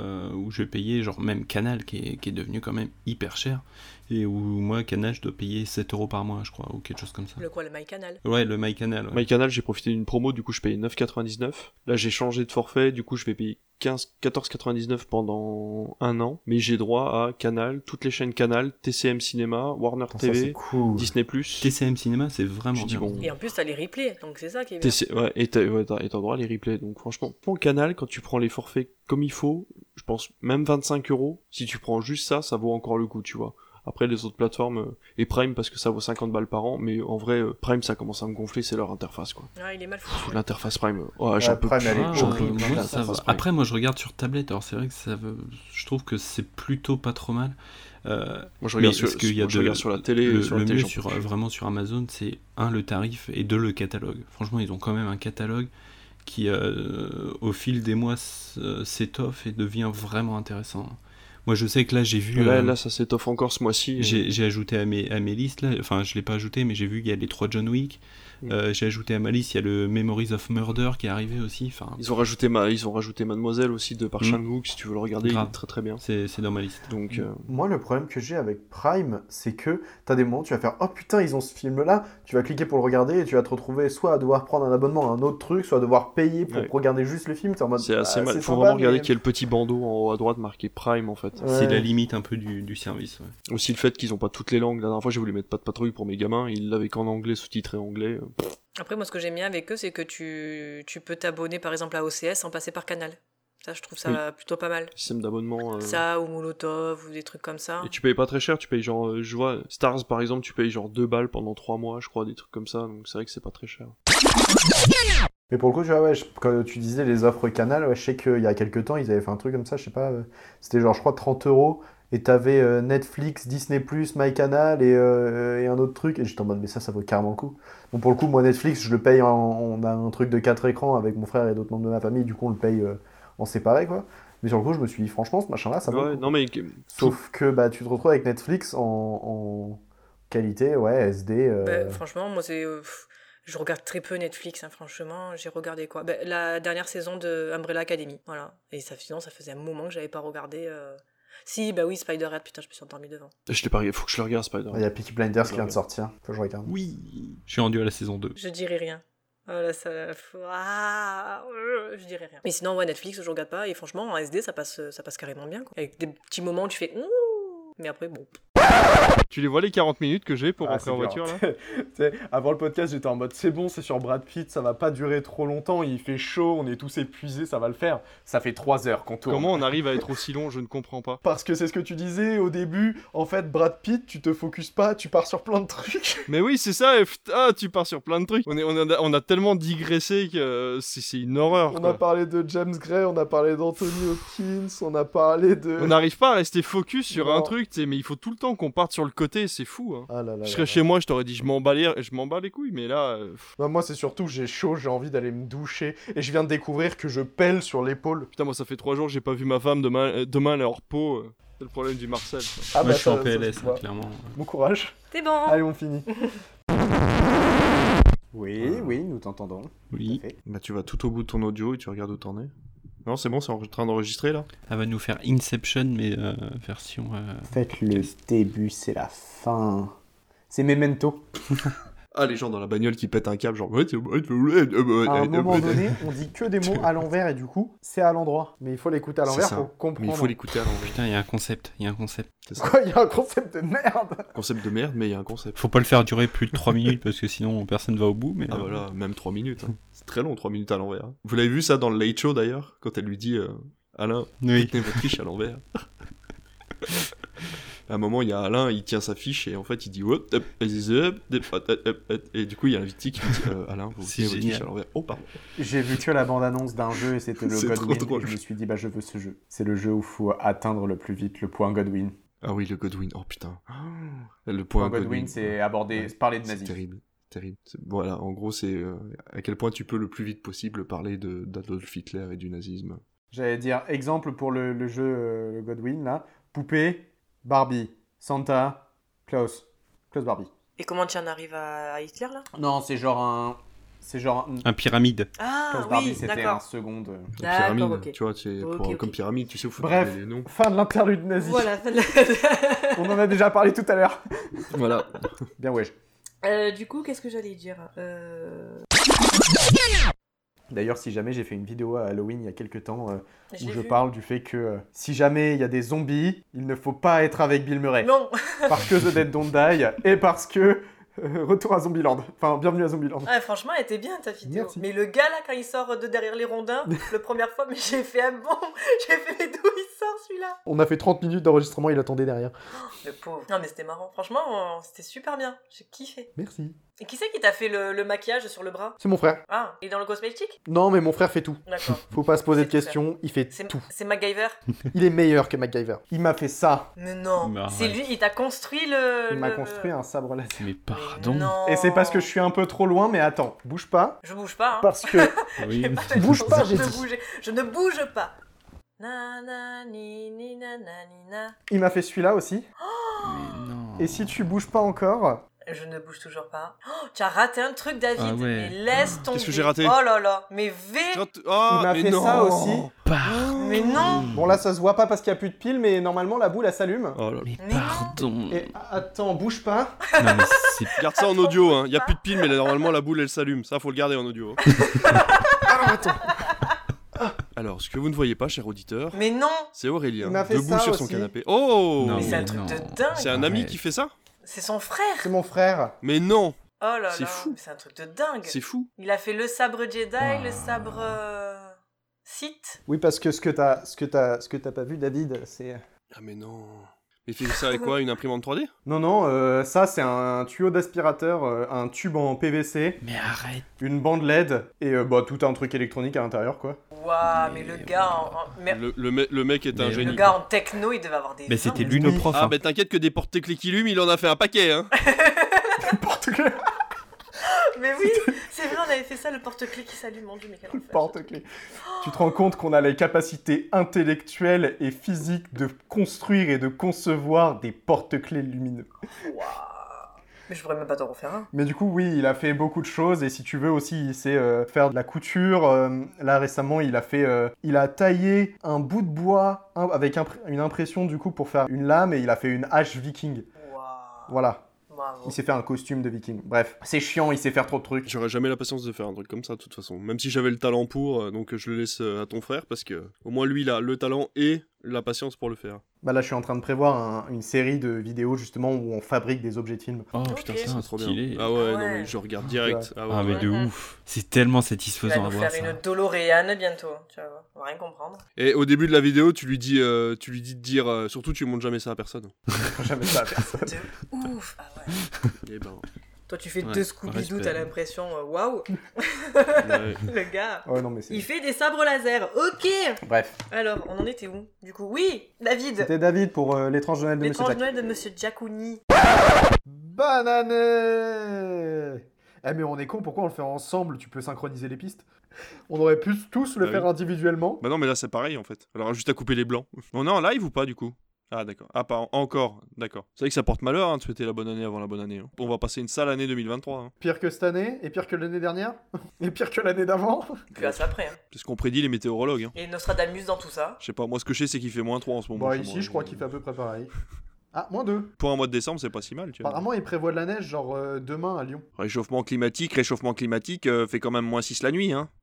où je vais payer, genre même Canal, qui est devenu quand même hyper cher. Et où moi, Canal, je dois payer 7€ par mois, je crois, ou quelque chose comme ça. Le quoi, le MyCanal? Ouais, le MyCanal. Ouais. MyCanal, j'ai profité d'une promo, du coup je payais 9,99. Là j'ai changé de forfait, du coup je vais payer 14,99 pendant un an. Mais j'ai droit à Canal, toutes les chaînes Canal, TCM Cinéma, Warner TV, cool. Disney+. TCM Cinéma, c'est vraiment bien. Bon. Et en plus t'as les replays, donc c'est ça qui est bien. Ouais, et t'as droit à les replays. Donc franchement, pour Canal, quand tu prends les forfaits comme il faut, je pense même 25€, si tu prends juste ça vaut encore le coup, tu vois. Après, les autres plateformes, et Prime, parce que ça vaut 50 balles par an, mais en vrai, Prime, ça commense à me gonfler, c'est leur interface, quoi. Ah, il est mal foutu. L'interface Prime, j'en peux plus. Moi, ça va. Après, moi, je regarde sur tablette, alors c'est vrai que je trouve que c'est plutôt pas trop mal. Moi, je regarde sur la télé. Le mieux, vraiment, sur Amazon, c'est 1, le tarif, et 2, le catalogue. Franchement, ils ont quand même un catalogue qui, au fil des mois, s'étoffe et devient vraiment intéressant. Moi, je sais que là, j'ai vu... Là, ça s'étoffe encore ce mois-ci. J'ai ajouté à mes listes, là. Enfin, je l'ai pas ajouté, mais j'ai vu qu'il y a les 3 John Wick. J'ai ajouté à ma liste, il y a le Memories of Murder qui est arrivé aussi. Enfin, ils ont rajouté Mademoiselle aussi de Park Chan-wook, si tu veux le regarder, il est très très bien. C'est dans ma liste. Donc, moi, le problème que j'ai avec Prime, c'est que t'as des moments où tu vas faire « Oh putain, ils ont ce film-là », tu vas cliquer pour le regarder et tu vas te retrouver soit à devoir prendre un abonnement à un autre truc, soit à devoir payer pour regarder juste le film. T'es en mode, c'est assez mal. Faut vraiment regarder qu'il y a le petit bandeau en haut à droite marqué Prime en fait. Ouais. C'est la limite un peu du service. Ouais. Aussi le fait qu'ils ont pas toutes les langues. La dernière fois, j'ai voulu mettre Pas de patrouille pour mes gamins, ils l'avaient qu'en anglais, sous-titré anglais. Après, moi, ce que j'aime bien avec eux, c'est que tu peux t'abonner, par exemple, à OCS sans passer par Canal. Ça, je trouve ça plutôt pas mal. Système d'abonnement. Ça, ou Molotov, ou des trucs comme ça. Et tu payes pas très cher, tu payes genre, je vois, Stars par exemple, tu payes genre 2 balles pendant 3 mois, je crois, des trucs comme ça, donc c'est vrai que c'est pas très cher. Mais pour le coup, tu vois, quand tu disais les offres Canal, je sais qu'il y a quelques temps, ils avaient fait un truc comme ça, je sais pas, c'était genre, je crois, 30€. Et t'avais Netflix, Disney+, MyCanal et un autre truc. Et j'étais en mode, mais ça vaut carrément le coup. Bon, pour le coup, moi, Netflix, je le paye on a un truc de 4 écrans avec mon frère et d'autres membres de ma famille. Du coup, on le paye en séparé, quoi. Mais sur le coup, je me suis dit, franchement, ce machin-là, ça vaut le coup. Non, mais... Sauf que bah, tu te retrouves avec Netflix en qualité, SD. Franchement, moi, c'est... je regarde très peu Netflix, hein, franchement. J'ai regardé quoi la dernière saison de Umbrella Academy, voilà. Et sinon, ça faisait un moment que j'avais pas regardé... Si, bah oui, Spider-Head, putain, je me suis endormi devant. Je l'ai parié, faut que je le regarde, Spider-Head. Il y a Peaky Blinders qui vient de sortir, faut que je regarde. Oui, je suis rendu à la saison 2. Je dirai rien. Oh là, ça... je dirais rien. Mais sinon, ouais, Netflix, je regarde pas. Et franchement, en SD, ça passe carrément bien, quoi. Avec des petits moments où tu fais... Mais après, bon... Tu les vois les 40 minutes que j'ai pour rentrer en voiture là Avant le podcast, j'étais en mode c'est bon, c'est sur Brad Pitt, ça va pas durer trop longtemps, il fait chaud, on est tous épuisés, ça va le faire. Ça fait 3 heures qu'on tourne. Comment on arrive à être aussi long, je ne comprends pas. Parce que c'est ce que tu disais au début, en fait Brad Pitt, tu te focuses pas, tu pars sur plein de trucs. Mais oui, c'est ça, tu pars sur plein de trucs. On a tellement digressé que c'est une horreur. On a parlé de James Gray, on a parlé d'Anthony Hopkins, on a parlé de... On n'arrive pas à rester focus sur un truc, mais il faut tout le temps qu'on parte sur le côté, c'est fou. Hein. Ah là là, je serais chez moi, je t'aurais dit je m'en bats les couilles, mais là... Non, moi c'est surtout j'ai chaud, j'ai envie d'aller me doucher, et je viens de découvrir que je pèle sur l'épaule. Putain, moi ça fait 3 jours que j'ai pas vu ma femme, demain elle est hors pot. C'est le problème du Marcel. Ah bah, je suis en PLS, clairement. Bon courage. T'es bon. Allez, on finit. Oui, nous t'entendons. Oui. Bah tu vas tout au bout de ton audio et tu regardes où t'en es. Non, c'est bon, c'est en train d'enregistrer là. Elle va nous faire Inception, mais version... Faites le début, c'est la fin. C'est Memento. Ah, les gens dans la bagnole qui pètent un câble, genre... À un moment donné, on dit que des mots à l'envers et du coup, c'est à l'endroit. Mais il faut l'écouter à l'envers pour comprendre. Mais il faut l'écouter à l'envers. Putain, il y a un concept. Quoi, il y a un concept de merde. Concept de merde, mais il y a un concept. Faut pas le faire durer plus de 3 minutes parce que sinon personne va au bout. Mais ah voilà, même 3 minutes. Hein. C'est très long, 3 minutes à l'envers. Hein. Vous l'avez vu ça dans le Late Show d'ailleurs, quand elle lui dit Alain, tenez votre fiche à l'envers. À un moment, il y a Alain, il tient sa fiche et en fait, il dit et du coup, il y a l'invité qui lui dit Alain, vous tenez votre fiche à l'envers. Oh, pardon. J'ai vu que la bande-annonce d'un jeu et c'était le Godwin. Et je me suis dit, bah, je veux ce jeu. C'est le jeu où il faut atteindre le plus vite le point Godwin. Ah oui, le Godwin. Oh putain. Le point Godwin, c'est parler de nazis. C'est terrible. Voilà, en gros, c'est à quel point tu peux le plus vite possible parler d'Adolf Hitler et du nazisme. J'allais dire, exemple pour le jeu le Godwin, là. Poupée, Barbie, Santa, Klaus Barbie. Et comment tu en arrives à Hitler, là ? Non, c'est genre un pyramide. Ah, Klaus Barbie, c'était un second. Pyramide, okay. Tu vois, c'est comme pyramide, tu sais où faut bref, les noms. Fin de l'interlude nazi. Voilà, On en a déjà parlé tout à l'heure. Voilà. Bien, wesh. Du coup, qu'est-ce que j'allais dire D'ailleurs, si jamais j'ai fait une vidéo à Halloween il y a quelques temps où je parle du fait que si jamais il y a des zombies, il ne faut pas être avec Bill Murray. Non. Parce que The Dead Don't Die et parce que Retour à Zombieland. Enfin, bienvenue à Zombieland. Ah, franchement, elle était bien ta vidéo. Merci. Mais le gars là, quand il sort de derrière les rondins, la première fois, mais j'ai fait un bond. J'ai fait mais d'où il sort celui-là ? On a fait 30 minutes d'enregistrement, il attendait derrière. Oh, le pauvre. Non, mais c'était marrant. Franchement, c'était super bien. J'ai kiffé. Merci. Et qui c'est qui t'a fait le maquillage sur le bras ? C'est mon frère. Ah, et dans le cosmétique ? Non, mais mon frère fait tout. D'accord. Faut pas se poser de questions, il fait tout. C'est MacGyver ? Il est meilleur que MacGyver. Il m'a fait ça. Mais non. Bah, c'est lui, il t'a construit le... Il m'a construit un sabre laser. Mais pardon. Mais non. Et c'est parce que je suis un peu trop loin, mais attends, bouge pas. Je bouge pas, hein. Parce que... Oui. Bouge pas, j'ai dit. Je ne bouge pas. Il m'a fait celui-là aussi. Mais non. Et si tu bouges pas encore... Je ne bouge toujours pas. Oh, tu as raté un truc, David. Ah ouais. Mais laisse tomber. Qu'est-ce que j'ai raté? Oh là là. Mais Oh, Il m'a mais fait non. ça aussi. Mais non. Bon là ça se voit pas parce qu'il y a plus de pile, mais normalement la boule elle s'allume. Oh là là. Mais Mais pardon. Et attends, bouge pas. Non, mais c'est... Garde ça en audio, hein. Y a plus de pile, mais là, normalement la boule elle s'allume. Ça, faut le garder en audio. Alors attends. Alors, ce que vous ne voyez pas, cher auditeur, Mais non. c'est Aurélien, Il m'a fait debout ça sur son aussi. canapé. Oh Non, Mais c'est un mais truc non. de dingue. C'est un ami Arrête. qui fait ça? C'est son frère. C'est mon frère. Mais non, Oh là C'est là. fou. Mais c'est un truc de dingue. c'est fou. Il a fait le sabre Jedi, Ah. le sabre Sith. Oui parce que ce que t'as pas vu David, c'est... Ah mais non. Mais fait ça avec quoi? Une imprimante 3D? Non, ça c'est un tuyau d'aspirateur, un tube en PVC, Mais arrête. une bande LED et tout un truc électronique à l'intérieur quoi. Waouh, mais le gars mais Le mec est un Mais génie. le gars en techno, il devait avoir des Mais c'était armes. lui nos profs. Ah hein. bah t'inquiète que des porte-clés qui lument, il en a fait un paquet, hein. Porte-clés. Mais oui, c'est vrai, on avait fait ça, le porte-clés qui s'allume, mon dieu, mais quel enfer. Porte-clés. Tu te rends compte qu'on a les capacités intellectuelles et physiques de construire et de concevoir des porte-clés lumineux. Waouh. Mais je pourrais même pas t'en refaire un. Mais du coup, oui, il a fait beaucoup de choses et si tu veux aussi, il sait faire de la couture. Là, récemment, il a taillé un bout de bois avec une impression du coup pour faire une lame et il a fait une hache viking. Waouh. Voilà, Bravo. il s'est fait un costume de viking. Bref, c'est chiant, il sait faire trop de trucs. J'aurais jamais la patience de faire un truc comme ça de toute façon. Même si j'avais le talent pour, donc je le laisse à ton frère parce que au moins lui il a le talent et la patience pour le faire. Bah là, je suis en train de prévoir une série de vidéos justement où on fabrique des objets de film. Oh Ok. putain, C'est c'est trop stylé. bien. Ah ouais, Ah non ouais. mais je regarde direct. Ah ouais, Ah mais ouais. de Mhm. ouf. C'est tellement Il va satisfaisant à nous voir faire ça. une DeLorean bientôt, tu vois. On va rien comprendre. Et au début de la vidéo, tu lui dis de dire surtout tu montres jamais ça à personne. Jamais ça à personne. De ouf. Ah ouais. Et ben Toi, tu fais Ouais, deux Scooby-Doo, respect. t'as l'impression, waouh. ouais. Le gars. Oh non, mais c'est... Il fait des sabres laser. Ok. Bref, Alors, on en était où? Du coup, oui, David. c'était David pour l'étrange Noël de Monsieur L'étrange Jack. Noël de Monsieur Giacuni. Bonne année. Eh mais on est con, pourquoi on le fait ensemble? Tu peux synchroniser les pistes. On aurait pu tous le Bah faire oui. individuellement. Bah non mais là c'est pareil en fait. Alors juste à couper les blancs. On est en live ou pas du coup? Ah d'accord. Ah pas encore. D'accord. C'est vrai que ça porte malheur hein, de souhaiter la bonne année avant la bonne année. Hein. On va passer une sale année 2023. Hein. Pire que cette année, et pire que l'année dernière, et pire que l'année d'avant. Puis à ça après. Hein. C'est ce qu'on prédit les météorologues. Hein. Et Nostradamus dans tout ça. Je sais pas, moi ce que je sais c'est qu'il fait -3 en ce moment. Bon, chez ici, moi. je crois qu'il fait à peu près pareil. Ah, -2. Pour un mois de décembre c'est pas si mal tu vois. Apparemment, il prévoit de la neige, genre demain à Lyon. Réchauffement climatique fait quand même -6 la nuit hein.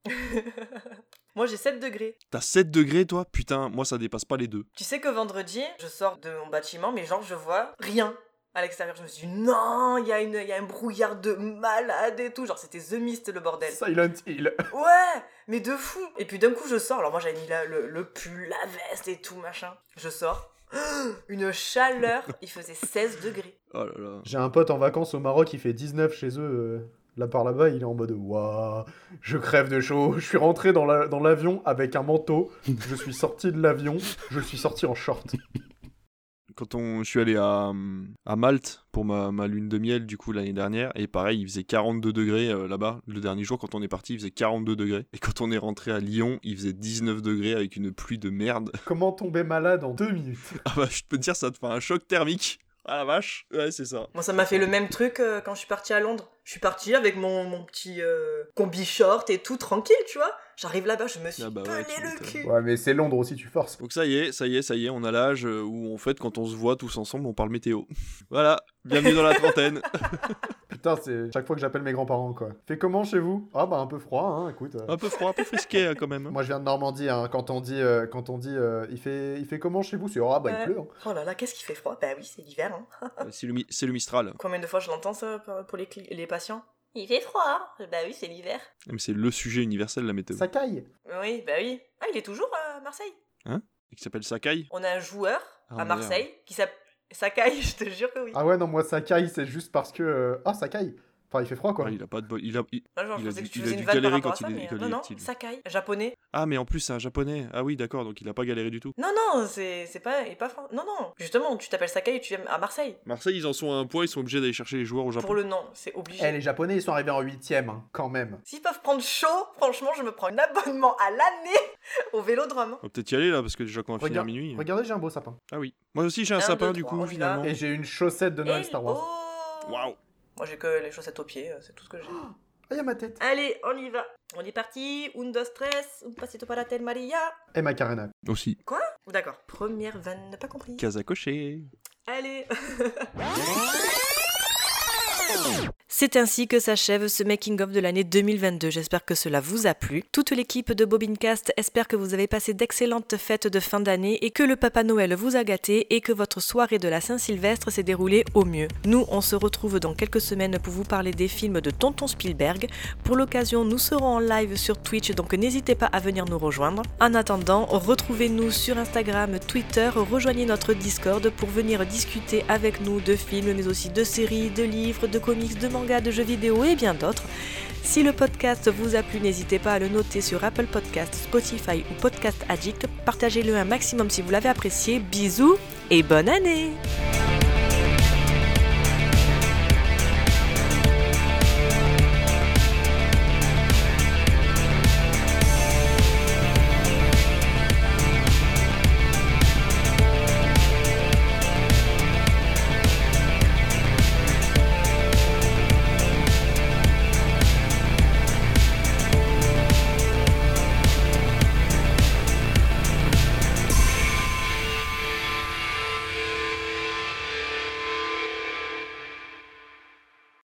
Moi, j'ai 7 degrés. T'as 7 degrés toi? Putain, moi ça dépasse pas les 2. Tu sais que vendredi, je sors de mon bâtiment, mais genre, je vois rien à l'extérieur. Je me suis dit, non, il y a un brouillard de malade et tout. Genre, c'était The Mist, le bordel. Silent Hill. Ouais, mais de fou. Et puis d'un coup, je sors. Alors moi, j'avais mis le pull, la veste et tout, machin. Je sors. Une chaleur. Il faisait 16 degrés. Oh là là. J'ai un pote en vacances au Maroc, il fait 19 chez eux. Là par là-bas, il est en mode waouh, je crève de chaud. Je suis rentré dans l'avion avec un manteau. Je suis sorti de l'avion. Je suis sorti en short. Quand je suis allé à Malte pour ma lune de miel du coup l'année dernière et pareil il faisait 42 degrés là-bas le dernier jour quand on est parti il faisait 42 degrés et quand on est rentré à Lyon il faisait 19 degrés avec une pluie de merde. Comment tomber malade en 2 minutes? Ah bah je peux te dire ça te fait un choc thermique. Ah la vache. Ouais c'est ça. Moi, ça m'a fait le même truc quand je suis partie à Londres. Je suis partie avec mon petit combi short et tout, tranquille, tu vois. J'arrive là-bas, je me suis Ah bah ouais, pelé tu le m'étonnes. cul. Ouais, mais c'est Londres aussi, tu forces. Donc ça y est, on a l'âge où en fait quand on se voit tous ensemble on parle météo. Voilà, bienvenue dans la trentaine. Putain, c'est chaque fois que j'appelle mes grands-parents, quoi. Fait comment chez vous? Ah bah un peu froid, hein, écoute. Un peu froid, un peu frisqué quand même. Moi je viens de Normandie, hein. Quand on dit il fait comment chez vous? C'est ah bah il pleut. Hein. Oh là là, qu'est-ce qu'il fait froid? Bah oui, c'est l'hiver. Hein. C'est le Mistral. Combien de fois je l'entends ça pour les patients? Il fait froid. Bah oui, c'est l'hiver. Mais c'est le sujet universel la météo. Ça caille. Oui, bah oui. Ah, il est toujours à Marseille. Qui s'appelle Sakai. On a un joueur Ah, à merde. Marseille qui s'appelle Sakai, je te jure que oui. Ah ouais non moi ça caille c'est juste parce que ça caille. Enfin, il fait froid, quoi. Ouais, il a pas de il a Je pensais que tu faisais dû une vanne par galérer rapport à quand ça, il mais est non, petit. Sakai, japonais. Ah, mais en plus, c'est un japonais. Ah oui, d'accord, donc il a pas galéré du tout. Non, c'est pas, il est pas franc. Non, justement, tu t'appelles Sakai et tu viens à Marseille. Marseille, ils en sont à un point, ils sont obligés d'aller chercher les joueurs au Japon. Pour le nom, c'est obligé. Les Japonais, ils sont arrivés en 8ème, hein, quand même. S'ils peuvent prendre chaud, franchement, je me prends un abonnement à l'année au Vélodrome. On va peut-être y aller là, parce que déjà quand on va finir à minuit. Regardez, j'ai un beau sapin. Ah oui. Moi aussi, j'ai un sapin, du coup, finalement. Et j'ai une chaussette de Noël Star Wars. Waouh. Moi, j'ai que les chaussettes aux pieds, c'est tout ce que j'ai. Ah, y a ma tête. Allez, on y va. On est parti. Un, dos, tres. Un pasito para tel Maria. Et Macarena. Aussi. Quoi? D'accord. Première vanne, pas compris. Case à cocher. Allez. C'est ainsi que s'achève ce making-of de l'année 2022. J'espère que cela vous a plu. Toute l'équipe de Bobincast espère que vous avez passé d'excellentes fêtes de fin d'année et que le Papa Noël vous a gâté et que votre soirée de la Saint-Sylvestre s'est déroulée au mieux. Nous, on se retrouve dans quelques semaines pour vous parler des films de Tonton Spielberg. Pour l'occasion, nous serons en live sur Twitch, donc n'hésitez pas à venir nous rejoindre. En attendant, retrouvez-nous sur Instagram, Twitter, rejoignez notre Discord pour venir discuter avec nous de films, mais aussi de séries, de livres, de comics, de mangas, de jeux vidéo et bien d'autres. Si le podcast vous a plu, n'hésitez pas à le noter sur Apple Podcasts, Spotify ou Podcast Addict. Partagez-le un maximum si vous l'avez apprécié. Bisous et bonne année!